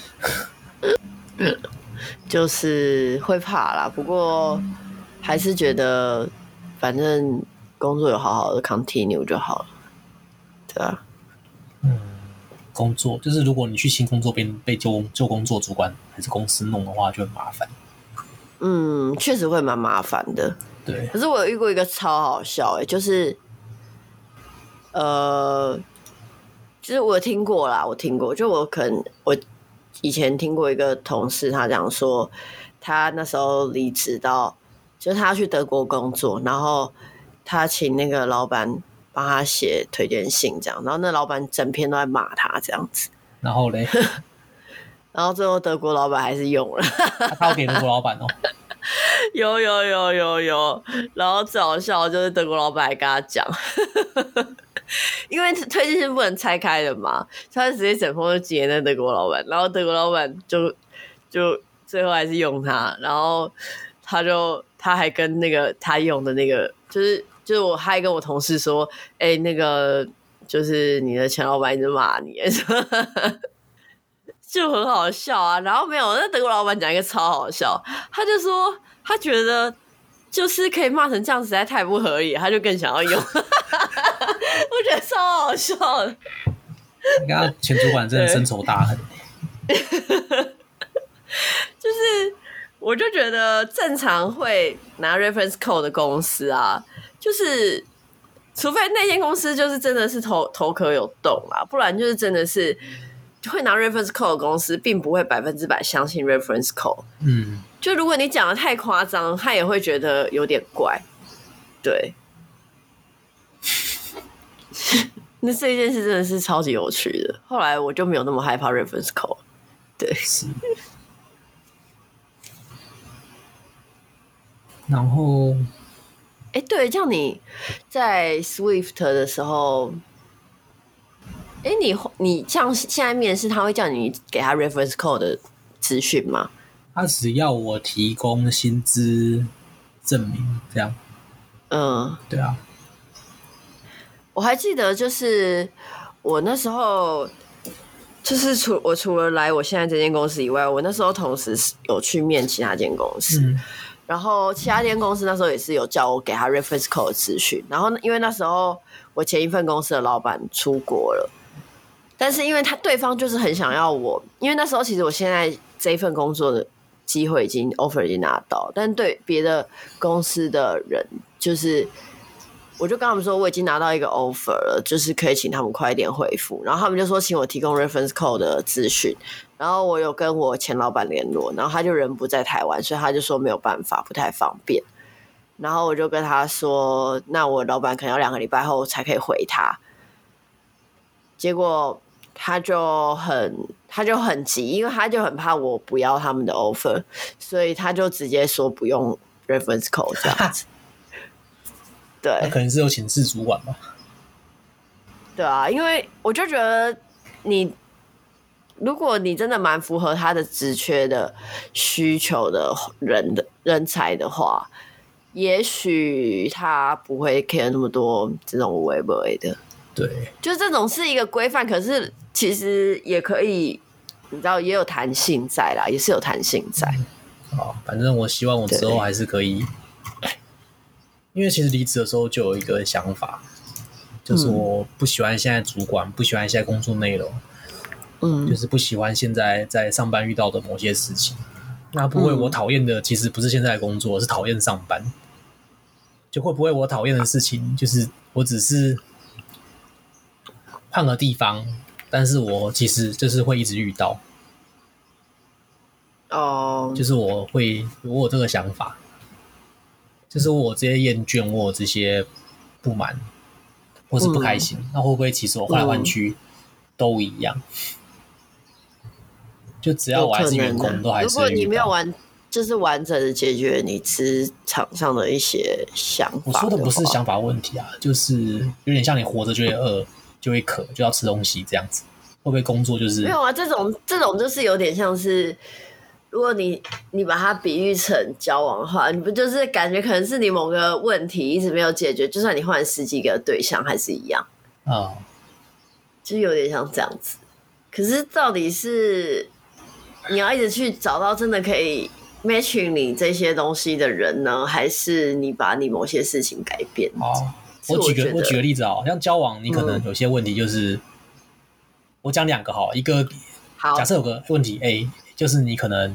Speaker 2: 就是会怕啦，不过还是觉得反正工作有好好的 continue 就好了。对啊，
Speaker 1: 工作就是如果你去新工作被旧工作主管还是公司弄的话，就很麻烦。
Speaker 2: 确实会蛮麻烦的。
Speaker 1: 对，
Speaker 2: 可是我有遇过一个超好笑就是就是我有听过啦，就我以前听过一个同事，他讲说，他那时候离职到，就是他要去德国工作，然后他请那个老板帮他写推荐信，这样，然后那老板整篇都在骂他这样子。
Speaker 1: 然后嘞，
Speaker 2: 然后最后德国老板还是用了。
Speaker 1: 他要给德国老板
Speaker 2: 有，然后最好笑的就是德国老板还跟他讲。因为推荐信不能拆开的嘛，他直接整封就寄给那德国老板，然后德国老板就最后还是用他，然后他还跟那个他用的那个就是我还跟我同事说，那个就是你的前老板一直骂你，就很好笑啊。然后没有，那德国老板讲一个超好笑，他就说他觉得就是可以骂成这样实在太不合理，他就更想要用。我觉得超好笑的。
Speaker 1: 你看他前主管真的深仇大恨。
Speaker 2: 就是我就觉得正常会拿 reference code 的公司啊，就是除非那间公司就是真的是头壳有洞啊，不然就是真的是会拿 reference code 的公司并不会100%相信 reference code。就如果你讲的太夸张，他也会觉得有点怪。对。那这一件事真的是超级有趣的，后来我就没有那么害怕 reference code。对，
Speaker 1: 然后，
Speaker 2: 对，像你在 Swift 的时候，你像现在面试，他会叫你给他 reference code 的资讯吗？
Speaker 1: 他只要我提供薪资证明，这样。对啊。
Speaker 2: 我还记得，就是我那时候，就是除了来我现在这间公司以外，我那时候同时有去面其他间公司，然后其他间公司那时候也是有叫我给他 reference code 的资讯，然后因为那时候我前一份公司的老板出国了，但是因为对方就是很想要我，因为那时候其实我现在这一份工作的机会offer 已经拿到，但对别的公司的人就是。我就跟他们说我已经拿到一个 offer 了，就是可以请他们快一点回复，然后他们就说请我提供 reference code 的资讯，然后我有跟我前老板联络，然后他就人不在台湾，所以他就说没有办法，不太方便，然后我就跟他说那我老板可能要2个礼拜后才可以回他，结果他他就很急，因为他就很怕我不要他们的 offer， 所以他就直接说不用 reference code 这样子。对，
Speaker 1: 那可能是有请示主管吧。
Speaker 2: 对啊，因为我就觉得如果你真的蛮符合他的职缺的需求的人才的话，也许他不会 care 那么多这种无为不为的。
Speaker 1: 对，
Speaker 2: 就这种是一个规范，可是其实也可以，你知道也有弹性在啦，也是有弹性在。
Speaker 1: 好，反正我希望我之后还是可以，因为其实离职的时候就有一个想法，就是我不喜欢现在主管，不喜欢现在工作内容，就是不喜欢现在在上班遇到的某些事情。那不会我讨厌的其实不是现在的工作，是讨厌上班。就会不会我讨厌的事情，就是我只是换个地方，但是我其实就是会一直遇到。就是我有这个想法，就是我这些厌倦，我有这些不满或是不开心，那会不会其实我换来换去都一样？就只要我还是员工，都还是
Speaker 2: 如果你没有就是完整的解决你职场上的一些想法。
Speaker 1: 我说的不是想法问题啊，就是有点像你活着就会饿，就会渴，就要吃东西这样子。会不会工作就是
Speaker 2: 没有啊？这种就是有点像是，如果你把它比喻成交往的话，你不就是感觉可能是你某个问题一直没有解决，就算你换10几个对象还是一样啊，就有点像这样子。可是到底是你要一直去找到真的可以 matching 你这些东西的人呢，还是你把你某些事情改变？我举
Speaker 1: 个例子啊，像交往，你可能有些问题就是，我讲2个好，一个假设有个问题 A， 就是你可能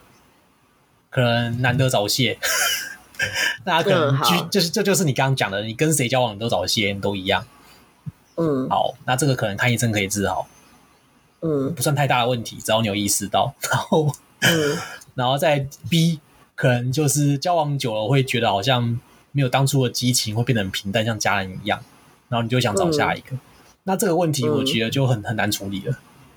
Speaker 1: 难得早泄，那可能就是你刚刚讲的，你跟谁交往你都早泄，你都一样。好，那这个可能看医生可以治好。不算太大的问题，只要你有意识到。然后在 B 可能就是交往久了会觉得好像没有当初的激情，会变得很平淡，像家人一样，然后你就想找下一个。那这个问题我觉得就很难处理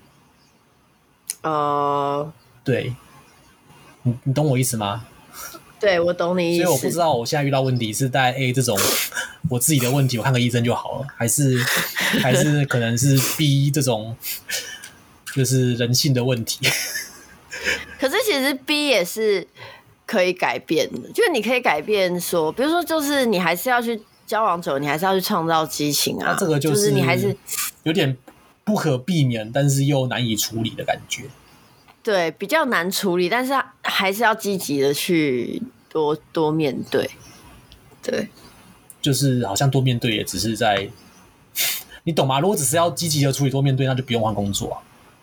Speaker 1: 了。对，你懂我意思吗？
Speaker 2: 对，我懂你意思。
Speaker 1: 所以我不知道我现在遇到问题是在 A 这种我自己的问题，我看个医生就好了，还是可能是 B 这种就是人性的问题。
Speaker 2: 可是其实 B 也是可以改变的，就是你可以改变说，比如说就是你还是要去交往久，你还是要去创造激情啊。
Speaker 1: 那这个
Speaker 2: 就是你还是
Speaker 1: 有点不可避免，但是又难以处理的感觉。
Speaker 2: 对，比较难处理，但是还是要积极的去多面对。对，
Speaker 1: 就是好像多面对也只是在，你懂吗？如果只是要积极的处理多面对，那就不用换工作啊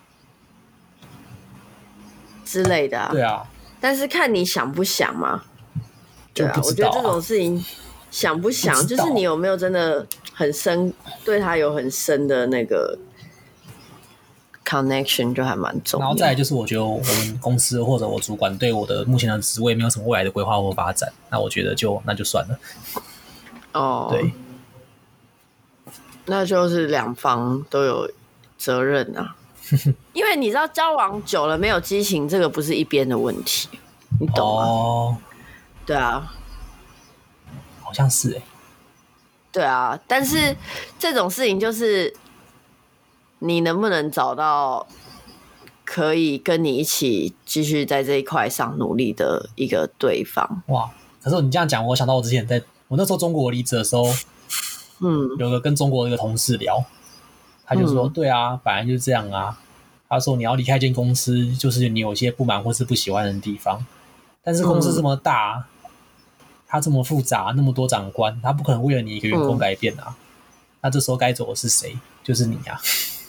Speaker 2: 之类的啊。
Speaker 1: 对啊，
Speaker 2: 但是看你想不想嘛。
Speaker 1: 对啊，
Speaker 2: 我觉得这种事情想不想，就是你有没有真的很深对他有很深的那个 connection 就还蛮重要。
Speaker 1: 然后再来就是我觉得我们公司或者我主管对我的目前的职位没有什么未来的规划或发展，那我觉得那就算了。对，
Speaker 2: 那就是2方都有责任啊。因为你知道交往久了没有激情，这个不是一边的问题，你懂吗？对啊，
Speaker 1: 好像是
Speaker 2: 对啊，但是这种事情就是你能不能找到可以跟你一起继续在这一块上努力的一个对方。
Speaker 1: 哇！可是你这样讲，我想到我之前我那时候中国离职的时候，有个跟中国的一个同事聊，他就说，对啊，本来就是这样啊。他说你要离开一间公司，就是你有一些不满或是不喜欢的地方，但是公司这么大，它这么复杂，那么多长官，他不可能为了你一个员工改变啊。那这时候该走的是谁？就是你啊。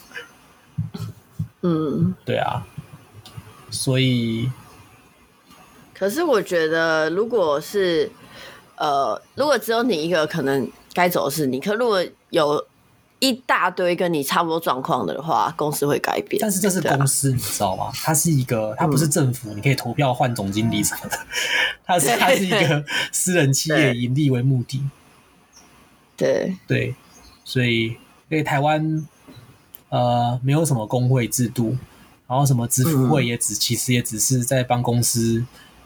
Speaker 1: 对啊。所以，
Speaker 2: 可是我觉得，如果只有你一个，可能该走的是你。可如果有一大堆跟你差不多状况的话，公司会改变。
Speaker 1: 但是这是公司，你知道吗？它是一个，它不是政府，你可以投票换总经理什么的。它是一个私人企业，以盈利为目的。对，所以台湾没有什么工会制度， 然后什么支付会其实也只是在帮公司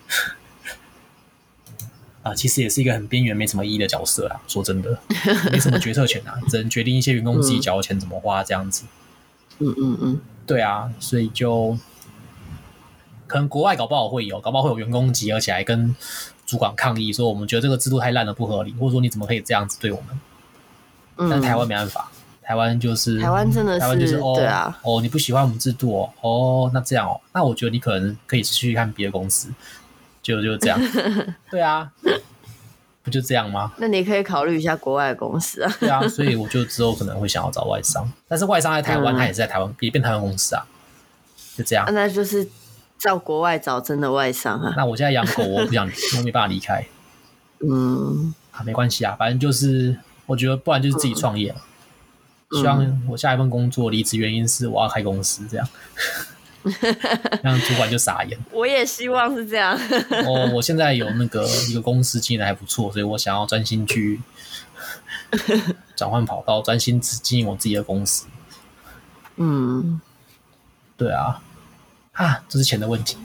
Speaker 1: 其实也是一个很边缘没什么意义的角色啦，说真的没什么决策权啊，只能决定一些员工自己缴的钱怎么花这样子。对啊，所以就可能国外搞不好会有员工集合起来跟主管抗议说我们觉得这个制度太烂了不合理，或者说你怎么可以这样子对我们。但台湾没办法，台湾真的是
Speaker 2: 对啊，
Speaker 1: 你不喜欢我们制度那这样那我觉得你可能可以去看别的公司，就这样。对啊，不就这样吗？
Speaker 2: 那你可以考虑一下国外的公司啊。
Speaker 1: 对啊，所以我就之后可能会想要找外商，但是外商在台湾，他也是在台湾，也变台湾公司啊，就这样。
Speaker 2: 那就是到国外找真的外商啊。
Speaker 1: 那我现在养狗，我没办法离开。没关系啊，反正就是我觉得不然就是自己创业嘛。希望我下一份工作离职原因是我要开公司，这样。让主管就傻眼。
Speaker 2: 我也希望是这样。
Speaker 1: 我现在有一个公司经营的还不错，所以我想要专心去转换跑道，专心经营我自己的公司。对啊，这是钱的问题。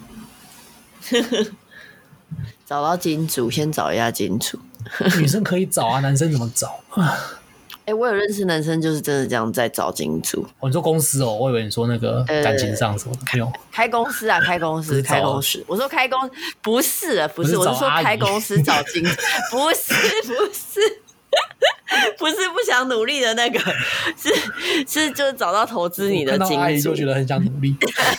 Speaker 2: 找到金主，先找一下金主。
Speaker 1: 女生可以找啊，男生怎么找？
Speaker 2: 我有认识男生就是真的这样在找金主。
Speaker 1: 你说公司我以为你说那个感情上什么的。没有
Speaker 2: 开公司啊，开公司。我说开公不是，我是说开公司找金主，不是不想努力的那个，是就是找到投资你的金主。看到
Speaker 1: 阿姨就觉得很想努力。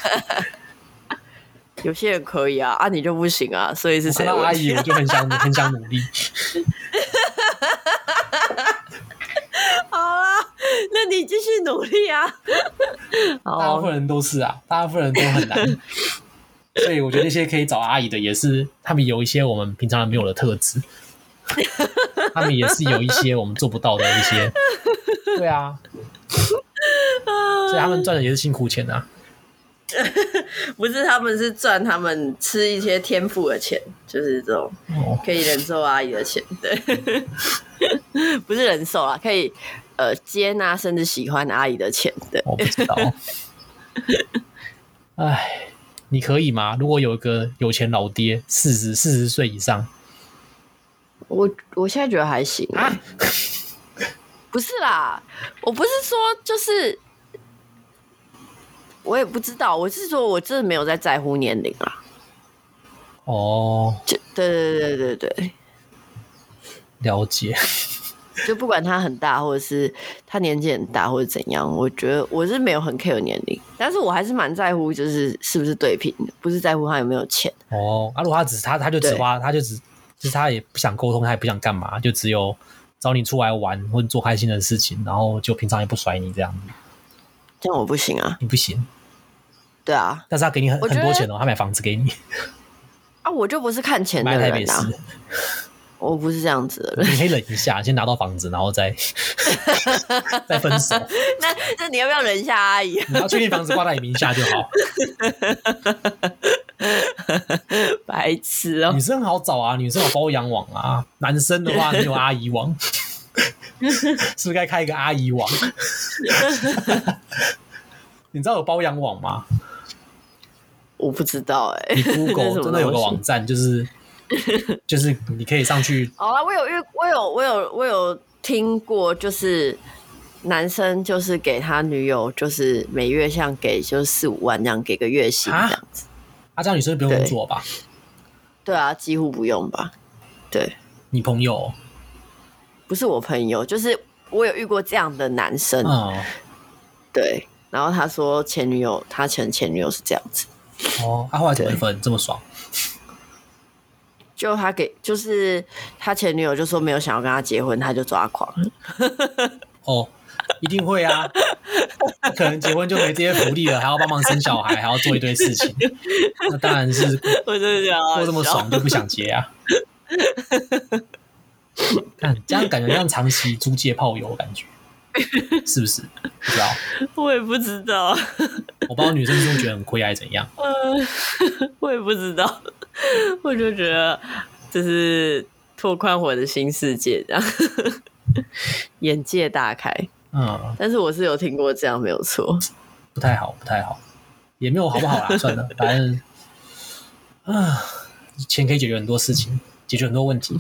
Speaker 2: 有些人可以啊，你就不行啊，所以是谁的问题？
Speaker 1: 看到阿姨我就很想努力。
Speaker 2: 好啦，那你继续努力啊。
Speaker 1: 大部分人都是啊，大部分人都很难。所以我觉得那些可以找阿姨的，也是他们有一些我们平常人没有的特质。他们也是有一些我们做不到的一些。对啊，所以他们赚的也是辛苦钱啊。
Speaker 2: 不是，他们是赚他们吃一些天赋的钱，就是这种可以忍受阿姨的钱。对，不是忍受啦，可以接纳甚至喜欢阿姨的钱。对，
Speaker 1: 我不知道。你可以吗？如果有一个有钱老爹，40岁以上，
Speaker 2: 我现在觉得还行啊。不是啦，我不是说就是。我也不知道，我是说我真的没有在乎年龄啦。对，
Speaker 1: 了解。
Speaker 2: 就不管他很大，或者是他年纪很大，或者怎样，我觉得我是没有很 care 年龄，但是我还是蛮在乎，就是是不是对平的，不是在乎他有没有钱。
Speaker 1: 如果他就只花，就是他也不想沟通，他也不想干嘛，就只有找你出来玩或者做开心的事情，然后就平常也不甩你这样子。
Speaker 2: 这样我不行啊，
Speaker 1: 你不行。
Speaker 2: 对啊，
Speaker 1: 但是他给你很多钱他买房子给你。
Speaker 2: 我就不是看钱的人啊。我不是这样子的人。
Speaker 1: 你可以忍一下，先拿到房子，然后再分手。
Speaker 2: 那你要不要忍一下阿姨？
Speaker 1: 你要确定房子挂在你名下就好。
Speaker 2: 白痴哦！
Speaker 1: 女生很好找啊，女生有包养网啊。男生的话，你有阿姨网。是不是该开一个阿姨网？你知道有包养网吗？
Speaker 2: 我不知道
Speaker 1: 你 Google 真的有个网站，就是你可以上去。
Speaker 2: 好啦，我有听过，就是男生就是给他女友，就是每月像给就是4-5万这样，给个月薪这样子。
Speaker 1: 这样女生不用工作吧？
Speaker 2: 对啊，几乎不用吧？对，
Speaker 1: 你朋友？
Speaker 2: 不是我朋友，就是我有遇过这样的男生。对，然后他说他前女友是这样子。
Speaker 1: 后来怎么分这么爽？
Speaker 2: 就是他前女友就说没有想要跟他结婚，他就抓狂。
Speaker 1: 一定会啊！可能结婚就没这些福利了，还要帮忙生小孩，还要做一堆事情。那当然是
Speaker 2: 我真的想
Speaker 1: 过这么爽就不想结啊！看这样感觉像长期租借炮友的感觉，是不是？不知道，
Speaker 2: 我也不知道。
Speaker 1: 我不知道女生是不是觉得很亏还是怎样。
Speaker 2: 我也不知道，我就觉得这是拓宽我的新世界，这样眼界大开。但是我是有听过这样，没有错。
Speaker 1: 不太好。 也没有好不好啦，算了，反正钱可以解决很多事情，解决很多问题。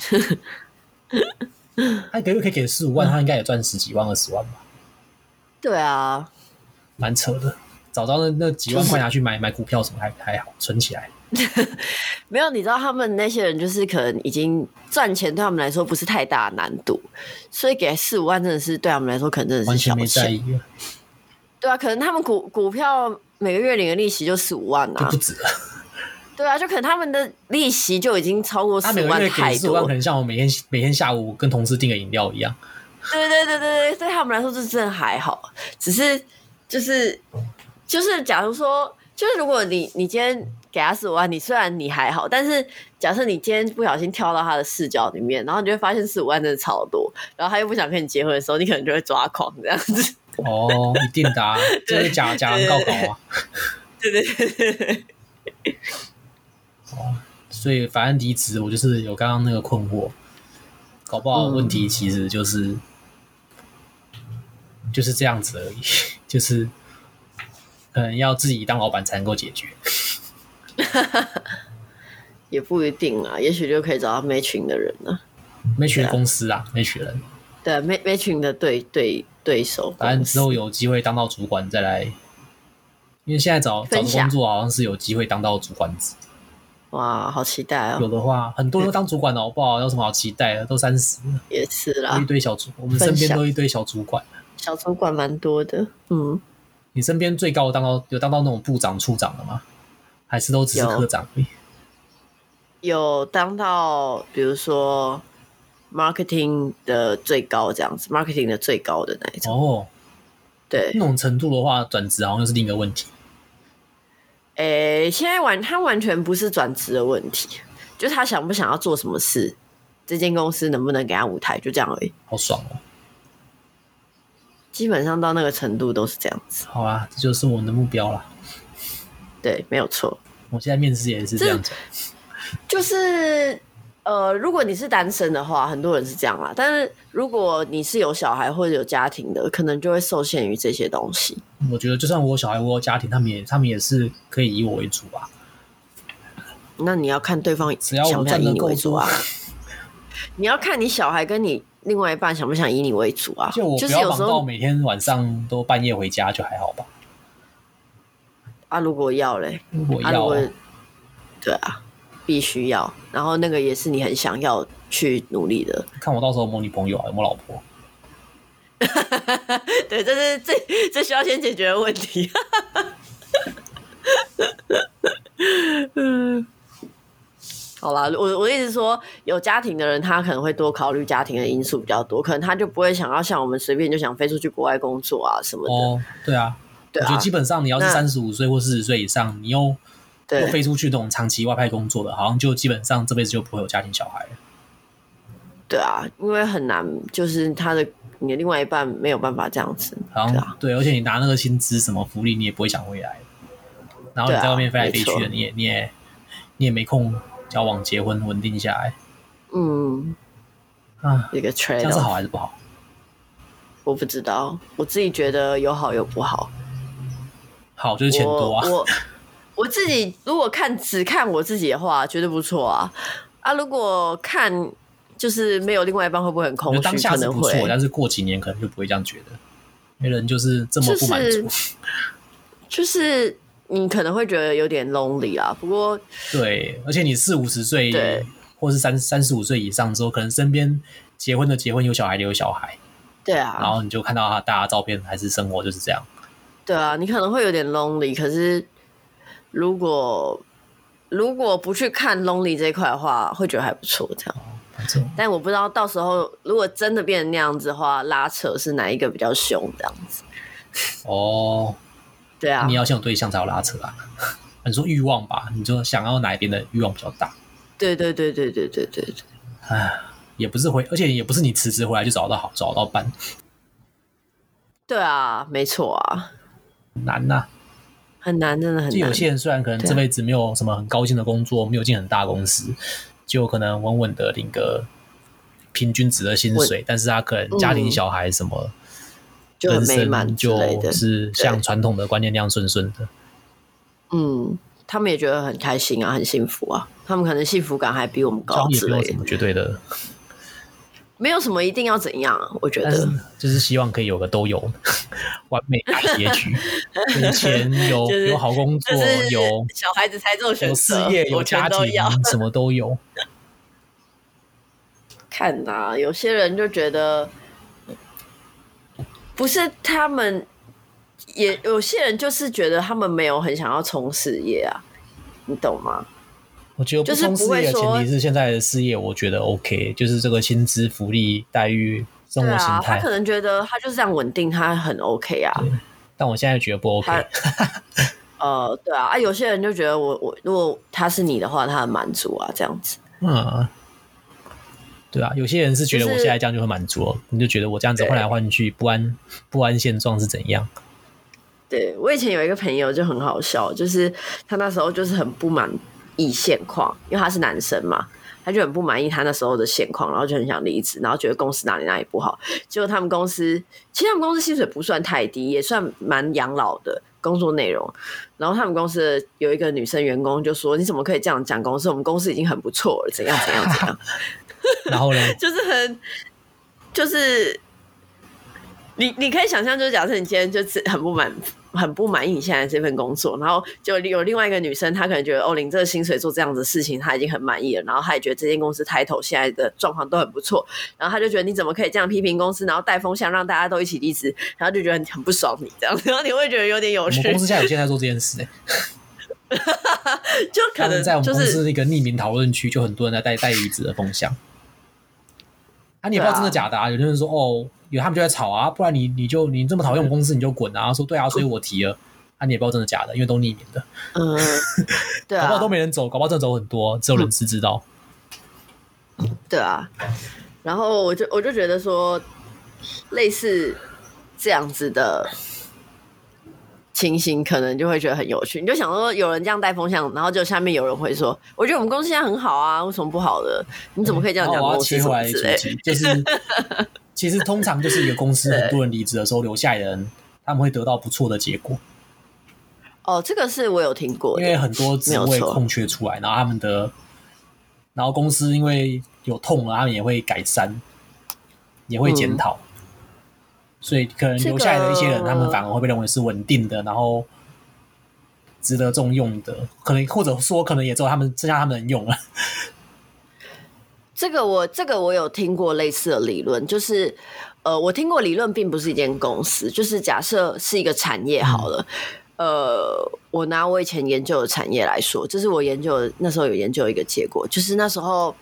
Speaker 1: 他一个月可以给4-5万，他应该也赚10几万、20万吧？
Speaker 2: 对啊，
Speaker 1: 蛮扯的。早知道那几万块拿去买股票什么还好，存起来。
Speaker 2: 没有，你知道他们那些人就是可能已经赚钱对他们来说不是太大的难度，所以给4-5万真的是对他们来说可能真的是小钱，完全没在意。对啊，可能他们股票每个月领的利息就4-5万啊，
Speaker 1: 就不止了。
Speaker 2: 对啊，就可能他们的利息就已经超过4万太多。他每个月给4万，
Speaker 1: 可能像我每天下午跟同事订个饮料一样。
Speaker 2: 对，对他们来说这真的还好，只是就是假如说，就是如果你今天给他4-5万，你虽然你还好，但是假设你今天不小心跳到他的视角里面，然后你就会发现4-5万真的超多，然后他又不想跟你结婚的时候，你可能就会抓狂这样子。
Speaker 1: 哦，一定的啊，就是假人告稿啊。
Speaker 2: 对。
Speaker 1: 哦，所以反正离职，我就是有刚刚那个困惑，搞不好问题其实就是这样子而已，就是可能要自己当老板才能够解决。
Speaker 2: 也不一定啊，也许就可以找到 matching 的人了。
Speaker 1: matching 公司啊，matching 人。
Speaker 2: 对 ，matching 的对手。
Speaker 1: 反正之后有机会当到主管再来，因为现在找工作好像是有机会当到主管职。
Speaker 2: 哇，好期待哦！
Speaker 1: 有的话，很多人都当主管了，好不好？有什么好期待的？都30了，
Speaker 2: 也是啦，
Speaker 1: 一堆小主，我们身边都一堆小主管，
Speaker 2: 小主管蛮多的。
Speaker 1: 你身边最高有当到那种部长、处长的吗？还是都只是科长而已？
Speaker 2: 有当到，比如说 marketing 的最高这样子 ，marketing 的最高的那一种。哦，对，
Speaker 1: 那种程度的话，转职好像又是另一个问题。
Speaker 2: 现在他完全不是转职的问题，就是他想不想要做什么事，这间公司能不能给他舞台，就这样而已。
Speaker 1: 好爽哦！
Speaker 2: 基本上到那个程度都是这样子。
Speaker 1: 好啦，这就是我们的目标啦。
Speaker 2: 对，没有错。
Speaker 1: 我现在面试也是这样子，
Speaker 2: 就是如果你是单身的话，很多人是这样啦。但是如果你是有小孩或者有家庭的，可能就会受限于这些东西。
Speaker 1: 我觉得就算我有小孩，我有家庭，他们也是可以以我为主吧。
Speaker 2: 那你要看对方想不想以你为主啊？你要看你小孩跟你另外一半想不想以你为主啊？
Speaker 1: 就我不要绑到每天晚上都半夜回家就还好吧。
Speaker 2: 啊，如果要嘞，
Speaker 1: 如果要，
Speaker 2: 对啊，必须要。然后那个也是你很想要去努力的。
Speaker 1: 看我到时候有没有女朋友啊，有没有老婆？
Speaker 2: 对，这需要先解决的问题。好啦，我的意思是说，有家庭的人他可能会多考虑家庭的因素比较多，可能他就不会想要像我们随便就想飞出去国外工作啊什么的。
Speaker 1: 哦，对啊，我觉得基本上你要是35岁或40岁以上，你又飞出去那种长期外派工作的，好像就基本上这辈子就不会有家庭小孩了。
Speaker 2: 对啊，因为很难，就是你的另外一半没有办法这样子。
Speaker 1: 对，而且你拿那个薪资什么福利，你也不会想回来。然后你在外面飞来飞去的，你也没空交往、结婚、稳定下来。
Speaker 2: 一个 trade，
Speaker 1: 这样是好还是不好？
Speaker 2: 我不知道，我自己觉得有好有不好。
Speaker 1: 好就是钱多啊。
Speaker 2: 我自己如果只看我自己的话，觉得不错啊。如果看就是没有另外一半会不会很空虚？
Speaker 1: 当下是不错，但是过几年可能就不会这样觉得，因为人就是这么不满足。
Speaker 2: 就是你可能会觉得有点 lonely 啦。不过
Speaker 1: 对，而且你40-50岁，或是35岁以上之后，可能身边结婚的结婚，有小孩的有小孩。
Speaker 2: 对啊，
Speaker 1: 然后你就看到大家照片还是生活就是这样。
Speaker 2: 对啊，你可能会有点 lonely， 可是如果不去看 lonely 这一块的话，会觉得还不错这样。但我不知道到时候如果真的变成那样子的话，拉扯是哪一个比较凶这样子。
Speaker 1: 哦，
Speaker 2: 对啊，
Speaker 1: 你要先有对象才有拉扯啊。你说欲望吧，你就想要哪一边的欲望比较大？
Speaker 2: 对。
Speaker 1: 也不是而且也不是你辞职回来就找到伴。
Speaker 2: 对啊，没错啊，
Speaker 1: 难啊，
Speaker 2: 很难，真的很难。
Speaker 1: 就有些人虽然可能这辈子没有什么很高薪的工作，没有进很大公司，就可能稳稳的领个平均值的薪水，但是他可能家庭小孩什么，
Speaker 2: 就很美满之类的，
Speaker 1: 就是像传统的观念那样顺顺的。
Speaker 2: 他们也觉得很开心啊，很幸福啊，他们可能幸福感还比我们高之类的。
Speaker 1: 也没有什么绝对的，
Speaker 2: 没有什么一定要怎样啊，我觉得
Speaker 1: 就是希望可以有个都有完美大结局，有钱有好工作，有
Speaker 2: 小孩子才做选择，
Speaker 1: 有事业有家庭，什么都有。
Speaker 2: 看啊，有些人就觉得不是他们。也有些人就是觉得他们没有很想要冲事业啊，你懂吗？
Speaker 1: 我觉得不冲事业的前提是现在的事业我觉得 OK， 就是这个薪资福利待遇生活形态，
Speaker 2: 他可能觉得他就是这样稳定，他很 OK 啊。
Speaker 1: 但我现在觉得不 OK。
Speaker 2: 对啊，有些人就觉得我如果他是你的话，他很满足啊，这样子。
Speaker 1: 对啊，有些人是觉得我现在这样就很满足你就觉得我这样子换来换去不安现状是怎样？
Speaker 2: 对，我以前有一个朋友就很好笑，就是他那时候就是很不满意现况，因为他是男生嘛，他就很不满意他那时候的现况，然后就很想离职，然后觉得公司哪里不好。结果他们公司薪水不算太低，也算蛮养老的工作内容。然后他们公司有一个女生员工就说：“你怎么可以这样讲公司？我们公司已经很不错了，怎样。”
Speaker 1: 然后呢？
Speaker 2: 就是你可以想象，就是假设你今天就是很不满意你现在这份工作，然后就有另外一个女生，她可能觉得领这个薪水做这样子的事情，她已经很满意了，然后她也觉得这间公司title现在的状况都很不错，然后她就觉得你怎么可以这样批评公司，然后带风向让大家都一起离职，然后就觉得很不爽你这样，然后你会觉得有点有趣。
Speaker 1: 我们公司现在有在做这件事
Speaker 2: 就可能
Speaker 1: 在我们公司那个匿名讨论区，就很多人在带离职的风向。你也不知道真的假的啊！有些人说他们就在吵啊，不然你这么讨厌我们公司你就滚啊！说对啊，所以我提了你也不知道真的假的，因为都匿名的。
Speaker 2: 对啊，
Speaker 1: 搞不好都没人走，搞不好真的走很多，只有人事知道。
Speaker 2: 对啊，然后我就觉得说，类似这样子的情形可能就会觉得很有趣，你就想说有人这样带风向，然后就下面有人会说，我觉得我们公司现在很好啊，为什么不好的？你怎么可以这样讲公司什么之类的？
Speaker 1: 就是其实通常就是一个公司很多人离职的时候，留下来的人他们会得到不错的结果。
Speaker 2: 这个是我有听过的，
Speaker 1: 因为很多职位空缺出来，然后公司因为有痛了，他们也会改善，也会检讨。所以可能留下来的一些人，他们反而会被认为是稳定的，然后值得重用的，可能或者说可能也只有剩下他们能用了。
Speaker 2: 这个我有听过类似的理论，就是我听过理论并不是一间公司，就是假设是一个产业好了。我拿我以前研究的产业来说，这是我那时候有研究一个结果，就是那时候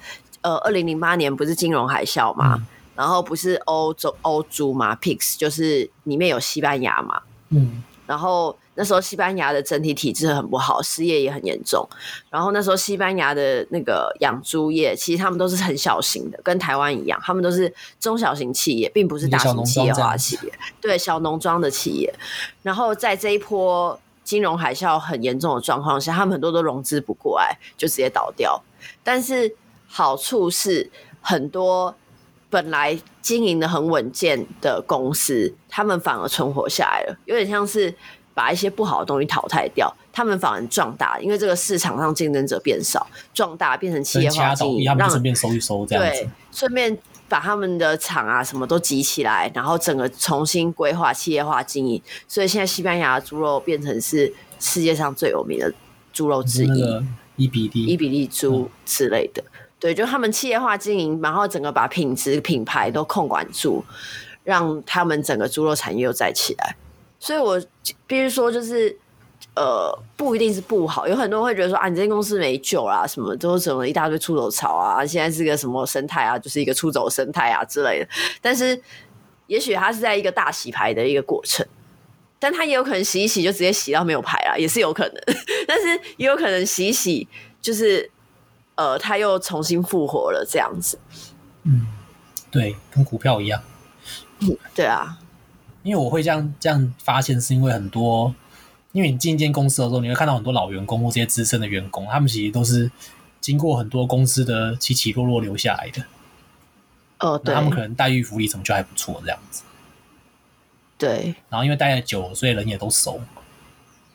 Speaker 2: 2008年不是金融海啸嘛。然后不是欧洲嘛 ，PIX 就是里面有西班牙嘛，然后那时候西班牙的整体体制很不好，失业也很严重。然后那时候西班牙的那个养猪业，其实他们都是很小型的，跟台湾一样，他们都是中小型企业，并不是大型企业化企业，对，小农庄的企业。然后在这一波金融海啸很严重的状况下，他们很多都融资不过来，就直接倒掉。但是好处是很多本来经营的很稳健的公司，他们反而存活下来了，有点像是把一些不好的东西淘汰掉，他们反而壮大，因为这个市场上竞争者变少，壮大变成企业化经营，
Speaker 1: 他们顺便收一收这样子，
Speaker 2: 对，顺便把他们的厂啊什么都集起来，然后整个重新规划企业化经营，所以现在西班牙的猪肉变成是世界上最有名的猪肉之一，
Speaker 1: 伊比利
Speaker 2: 猪之类的。对，就他们企业化经营，然后整个把品质品牌都控管住，让他们整个猪肉产业又再起来。所以我必须说，就是不一定是不好，有很多人会觉得说你这间公司没救啦，什么都整了一大堆出走潮啊，现在是个什么生态啊，就是一个出走生态啊之类的。但是也许它是在一个大洗牌的一个过程，但它也有可能洗一洗就直接洗到没有牌啦，也是有可能。但是也有可能洗一洗就是它又重新复活了这样子。
Speaker 1: 对，跟股票一样。
Speaker 2: 对啊，
Speaker 1: 因为我会这样发现，是因为因为你进一间公司的时候，你会看到很多老员工或这些资深的员工，他们其实都是经过很多公司的起起落落留下来的。
Speaker 2: 对，
Speaker 1: 他们可能待遇福利什么就还不错这样子。
Speaker 2: 对，
Speaker 1: 然后因为待得久，所以人也都熟。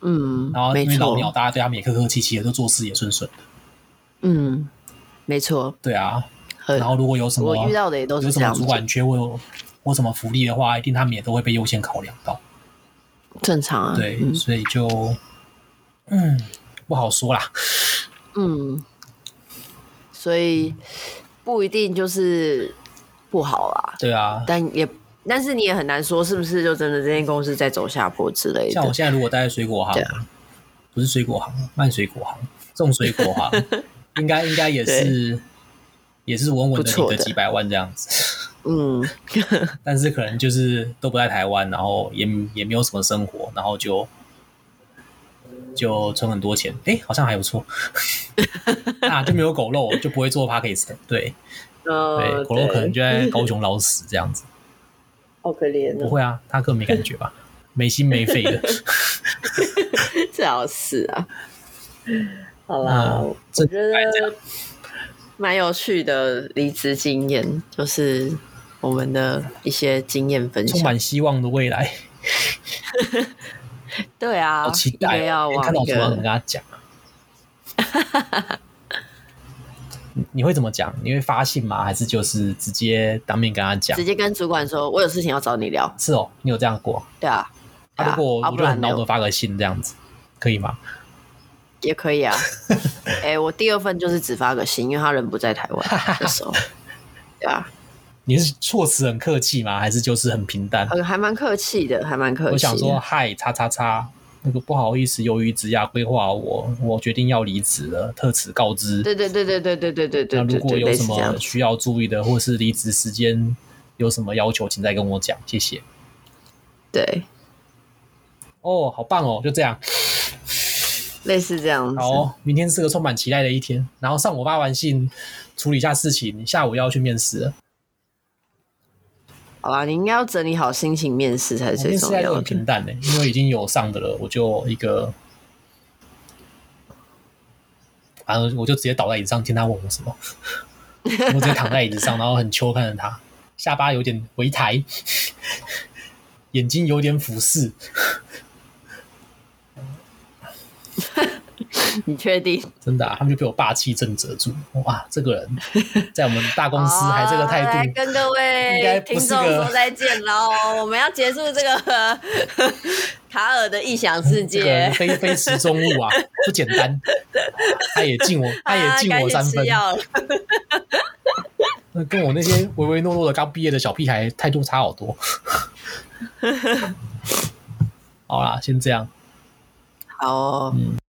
Speaker 1: 然后因为老鸟，大家对他们也客客气气的，都做事也顺顺的。
Speaker 2: 没错。
Speaker 1: 对啊，然后如果有什么
Speaker 2: 我遇到的也都是这样，
Speaker 1: 有什么主管缺或什么福利的话，一定他们也都会被优先考量到。
Speaker 2: 正常啊。
Speaker 1: 对，所以就不好说啦。
Speaker 2: 所以不一定就是不好啦。
Speaker 1: 对啊，
Speaker 2: 但是你也很难说是不是就真的这间公司在走下坡之类的。
Speaker 1: 像我现在如果待在水果行，不是水果行，卖水果行，种水果行，应该也是稳稳的领个几百万这样子。但是可能就是都不在台湾，然后也没有什么生活，然后就存很多钱，好像还不错。就没有狗肉，就不会做 Podcast 的。对，对，狗肉可能就在高雄老死这样子。
Speaker 2: 好可怜
Speaker 1: 不会啊，他根本没感觉吧？没心没肺的。
Speaker 2: 最好是啊。好啦，我觉得蛮有趣的离职经验，就是我们的一些经验分享，
Speaker 1: 充满希望的未来。
Speaker 2: 对啊，
Speaker 1: 好期待哦！看到我怎么跟他讲啊？你会怎么讲？你会发信吗？还是就是直接当面跟他讲？
Speaker 2: 直接跟主管说，我有事情要找你聊。
Speaker 1: 是哦，你有这样过？
Speaker 2: 对啊。
Speaker 1: 如果我就很孬的发个信这样子，可以吗？
Speaker 2: 也可以啊。我第二份就是只发个信，因为他人不在台湾的时候。对啊。
Speaker 1: 你是措辞很客气吗？还是就是很平淡？
Speaker 2: 还蛮客气的，还蛮客气的。
Speaker 1: 我想说，嗨，叉叉叉。那个不好意思，由于职涯规划，我决定要离职了，特此告知。
Speaker 2: 对。那
Speaker 1: 如果有什么需要注意的，或是离职时间有什么要求，请再跟我讲，谢谢。
Speaker 2: 对。
Speaker 1: 哦，好棒哦，就这样。
Speaker 2: 类似这样子。
Speaker 1: 好，明天是个充满期待的一天。然后上午发完信，处理一下事情，下午要去面试了。
Speaker 2: 好啦，你应该要整理好心情面试才是最重要的。
Speaker 1: 面试很平淡因为已经有上的了，我就反正我就直接倒在椅子上听他问我什么，我直接躺在椅子上，然后很秋看着他，下巴有点微抬，眼睛有点俯视。
Speaker 2: 你确定？
Speaker 1: 真的他们就被我霸气震慑住。哇，这个人在我们大公司还这个态度，
Speaker 2: 来跟各位听众说再见喽！我们要结束这个卡尔的异想世界，
Speaker 1: 这个非池中物啊，不简单。他也敬我3分。那跟我那些唯唯诺诺的刚毕业的小屁孩态度差好多。好啦，先这样。
Speaker 2: 好哦。